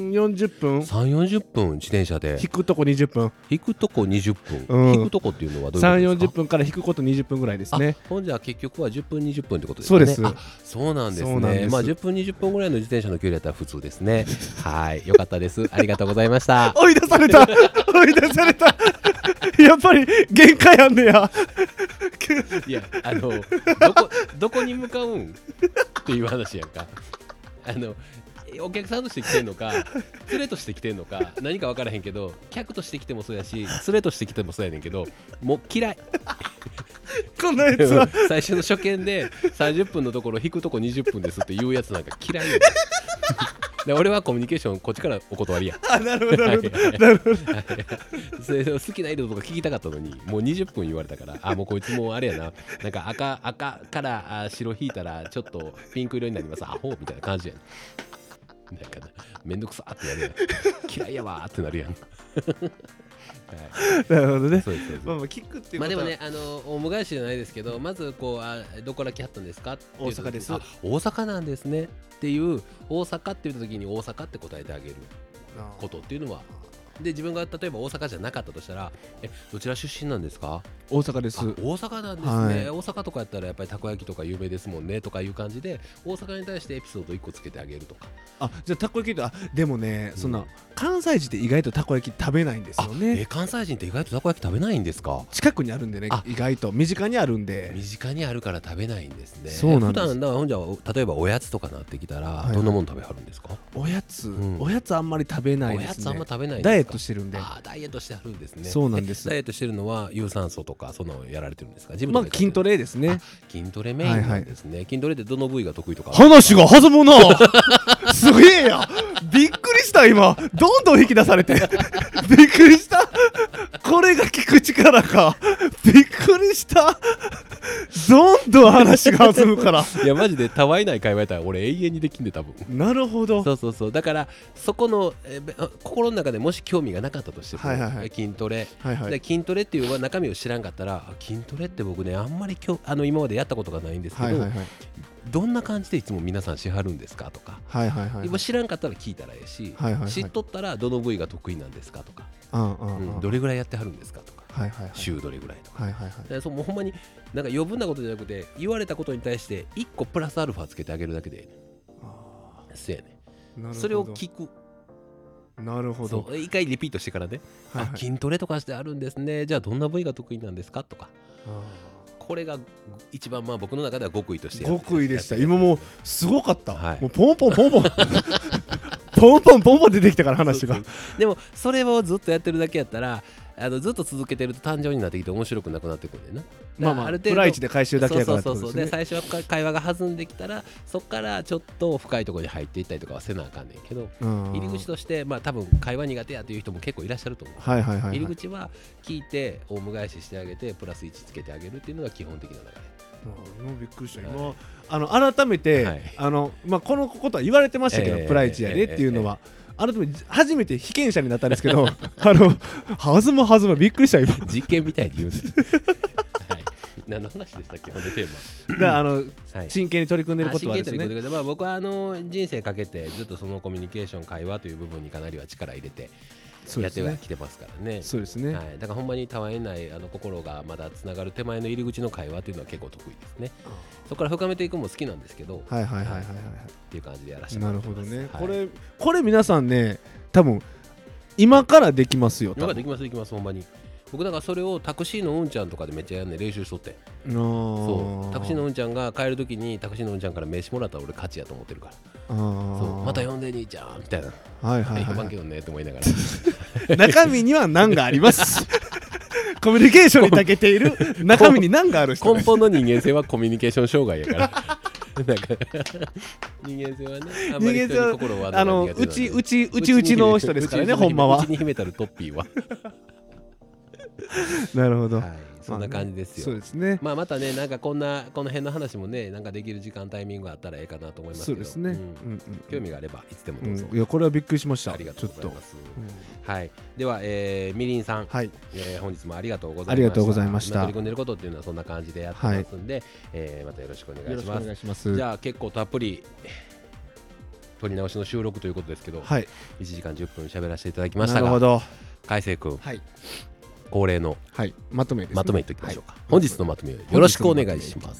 3,40 分 3,40 分自転車で引くとこ20分引くとこ20分、引くとこっていうのはどういうことですか？ 3,40 分から引くこと20分ぐらいですね。 ほんじゃ結局は10分20分ってことですね。 そうです。 そうなんですね。まあ10分20分ぐらいの自転車の距離だったら普通ですね。はい、よかったです。ありがとうございました。 追い出された追い出されたやっぱり限界あんねや。 いやどこに向かうんっていう話やんか。お客さんとして来てんのか連れとして来てんのか何か分からへんけど、客として来てもそうやし連れとして来てもそうやねんけど、もう嫌いこんなやつは最初の初見で30分のところ引くとこ20分ですって言うやつなんか嫌いよで俺はコミュニケーションこっちからお断りや。 なるほどなるほどなるほどそれ好きな色とか聞きたかったのにもう20分言われたから、もうこいつもうあれやな、なんか赤から白引いたらちょっとピンク色になります、アホみたいな感じやん。なんかめんどくさってやるやん嫌いやわってなるやんなるほどね。 そうです。 まあ聞くっていうことは、 まあでもね、大昔じゃないですけど、まずこうどこから来はったんですかって大阪です。 大阪なんですねっていう、大阪って言った時に大阪って答えてあげることっていうのは、で自分が例えば大阪じゃなかったとしたら、どちら出身なんですか？ 大阪です。 大阪なんですね、はい、大阪とかやったらやっぱりたこ焼きとか有名ですもんねとかいう感じで、大阪に対してエピソード1個つけてあげるとか。 じゃあたこ焼きとでもね、そんな関西人って意外とたこ焼き食べないんですよね。 関西人って意外とたこ焼き食べないんですか？ 近くにあるんでね、意外と身近にあるんで。 身近にあるから食べないんですね。 そうなんです。 普段だからほんじゃ例えばおやつとかなってきたら、どんなもの食べはるんですか？ おやつ、おやつあんまり食べないですね。 おやつあんま食べないんですか？ ダイエットしてるんで。 ダイエットしてあるんですね。 そうなんです。 ダイエットしてるのは有酸素とかそのやられてるんですか？自分まあ筋トレですね。 筋トレメインなんですね。筋トレってどの部位が得意とか？ 話が弾むなすげえや、びっくりした今、どんどん引き出されてびっくりした、これが聞く力か、びっくりした、どんどん話が弾むからいやマジでたわいない会話やったら俺永遠にできんで多分。 なるほど。 そうだからそこの、心の中でもし興味がなかったとしても、筋トレ、で筋トレっていう中身を知らんかったら、筋トレって僕ねあんまり今までやったことがないんですけど、どんな感じでいつも皆さんしはるんですかとか、今知らんかったら聞いたらええし、知っとったらどの部位が得意なんですかとか、どれぐらいやってはるんですかとか、週どれぐらいとか、そうもうほんまになんか余分なことじゃなくて、言われたことに対して1個プラスアルファつけてあげるだけでそうやね。それを聞く。 なるほど。 一回リピートしてからね、筋トレとかしてあるんですね、じゃあどんな部位が得意なんですかとか、これが一番僕の中では極意として極意でした。今もうすごかった、もうポンポンポンポンポンポンポンポン出てきたから話がでもそれをずっとやってるだけやったら、ずっと続けてると単調になってきて面白くなくなってくるんだよな。ある程度プライチで回収だけやからってことですね。で最初は会話が弾んできたら、そこからちょっと深いところに入っていったりとかはせなあかんねんけど、入り口として多分会話苦手やという人も結構いらっしゃると思う。入り口は聞いてオウム返ししてあげてプラス1つけてあげるっていうのが基本的な流れ。 今びっくりした。今改めて、このことは言われてましたけど、プライチやでっていうのは改めて初めて被験者になったんですけど弾むびっくりした今。 実験みたいに言うんです何の話でしたっけ、このテーマ。真剣に取り組んでることはですね、 僕は人生かけてずっとそのコミュニケーション会話という部分にかなりは力入れてやってはきてますからね。 そうですね。 だからほんまにたわいない心がまだつながる手前の入り口の会話というのは結構得意ですね。そこから深めていくのも好きなんですけど、っていう感じでやらせてもらってます。なるほどね。これ皆さんね、多分今からできますよ。今からできますほんまに。僕だからそれをタクシーのうんちゃんとかでめっちゃ練習しとって、そうタクシーのうんちゃんが帰るときにタクシーのうんちゃんから名刺もらったら俺勝ちやと思ってるから、そうまた呼んで兄ちゃんみたいな、呼ばんけどねって思いながら中身には難がありますコミュニケーションに長けている中身に難がある人、 根本の人間性はコミュニケーション障害やから人間性はね、あんまり人に心を割らない苦手なんで、うちの人ですからね、ほんまは。うちに秘めたるトッピーはなるほど、 そんな感じですよ。 そうですね。 またね、なんかこの辺の話もね、なんかできる時間タイミングがあったらええかなと思いますけど、そうですね、興味があればいつでもどうぞ。 いやこれはびっくりしました。 ありがとうございます。はい、ではみりんさん、本日もありがとうございました。 ありがとうございました。 取り組んでることっていうのはそんな感じでやってますんで、またよろしくお願いします。じゃあ結構たっぷり撮り直しの収録ということですけど、 はい、 1時間10分喋らせていただきましたが、 なるほど。 海星君、 はい、 恒例の、 はい、まとめですね。 まとめいっておきましょうか、はい、本日のまとめをよろしくお願いします。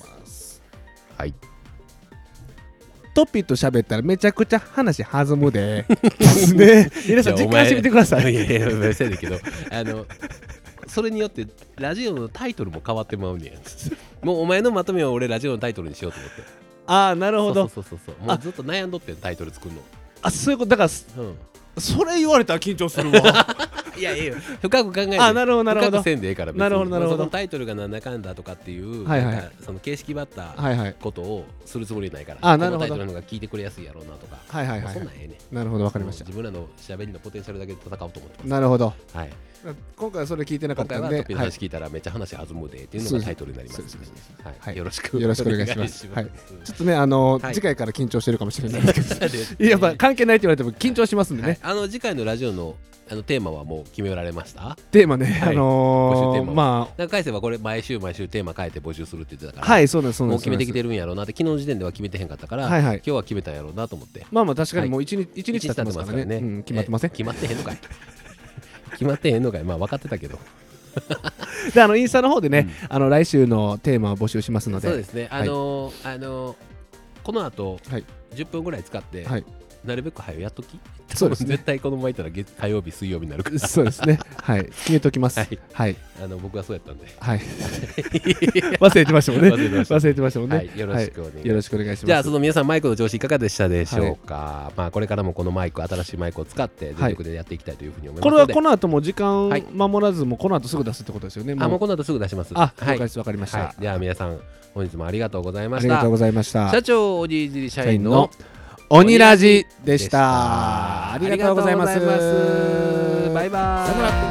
はい。 トピと喋ったらめちゃくちゃ話弾むでね、皆さん実感してみてください。 いやいや、うせやけどそれによってラジオのタイトルも変わってまうねん。もうお前のまとめを俺ラジオのタイトルにしようと思って。 ああ、なるほど。 そうもうずっと悩んどってタイトル作るの。 あ、そういうことだから、それ言われたら緊張するわ。 いやいや、深く考えて、 なるほどなるほど、 深くせんでええから別に。 なるほどなるほど。 そのタイトルがなんだかんだとかっていう、 はいはい、 なんかその形式ばったことをするつもりないから、 このタイトルの方が聞いてくれやすいやろうなとか、 はいはいはい、 そんなんええね。 なるほど、わかりました。 自分らの喋りのポテンシャルだけで戦おうと思ってます。 なるほど。 はい。 今回はそれ聞いてなかったんで、 今回はトピの話聞いたらめっちゃ話弾むでっていうのがタイトルになります。はい、よろしくお願いします。 はい、ちょっとね、次回から緊張してるかもしれないですけど、やっぱ関係ないって言われても緊張しますんでね。 次回のラジオのテーマはもう決められました？ テーマね、募集テーマ、 まあ海星はこれ毎週テーマ変えて募集するって言ってたから、 はい、そうです、 もう決めてきてるんやろうなって、昨日の時点では決めてへんかったから、今日は決めたんやろうなと思って。 まあ確かにもう1日経ってますからね。決まってません？ 決まってへんのかい。決まってへんのかい。まあ分かってたけど。 でインスタの方でね、来週のテーマを募集しますので。 そうですね。この後10分ぐらい使って、なるべく早くやっとき。そうですね。絶対このままいったら火曜日水曜日になるから。 そうですね。はい。決めときます。はい。 僕はそうやったんで。 はい。忘れてましたもんね。忘れてましたもんね。はい。 よろしくお願いします。 よろしくお願いします。 じゃあその皆さんマイクの調子いかがでしたでしょうか。まあこれからもこのマイク、新しいマイクを使って全力でやっていきたいというふうに思いますので。 これはこの後も時間守らず、もうこの後すぐ出すってことですよね。 もうこの後すぐ出します。 了解です。わかりました。 では皆さん本日もありがとうございました。 ありがとうございました。 社長おじいじり社員のオニラジでした。ありがとうございます。 バイバイ。 さよなら。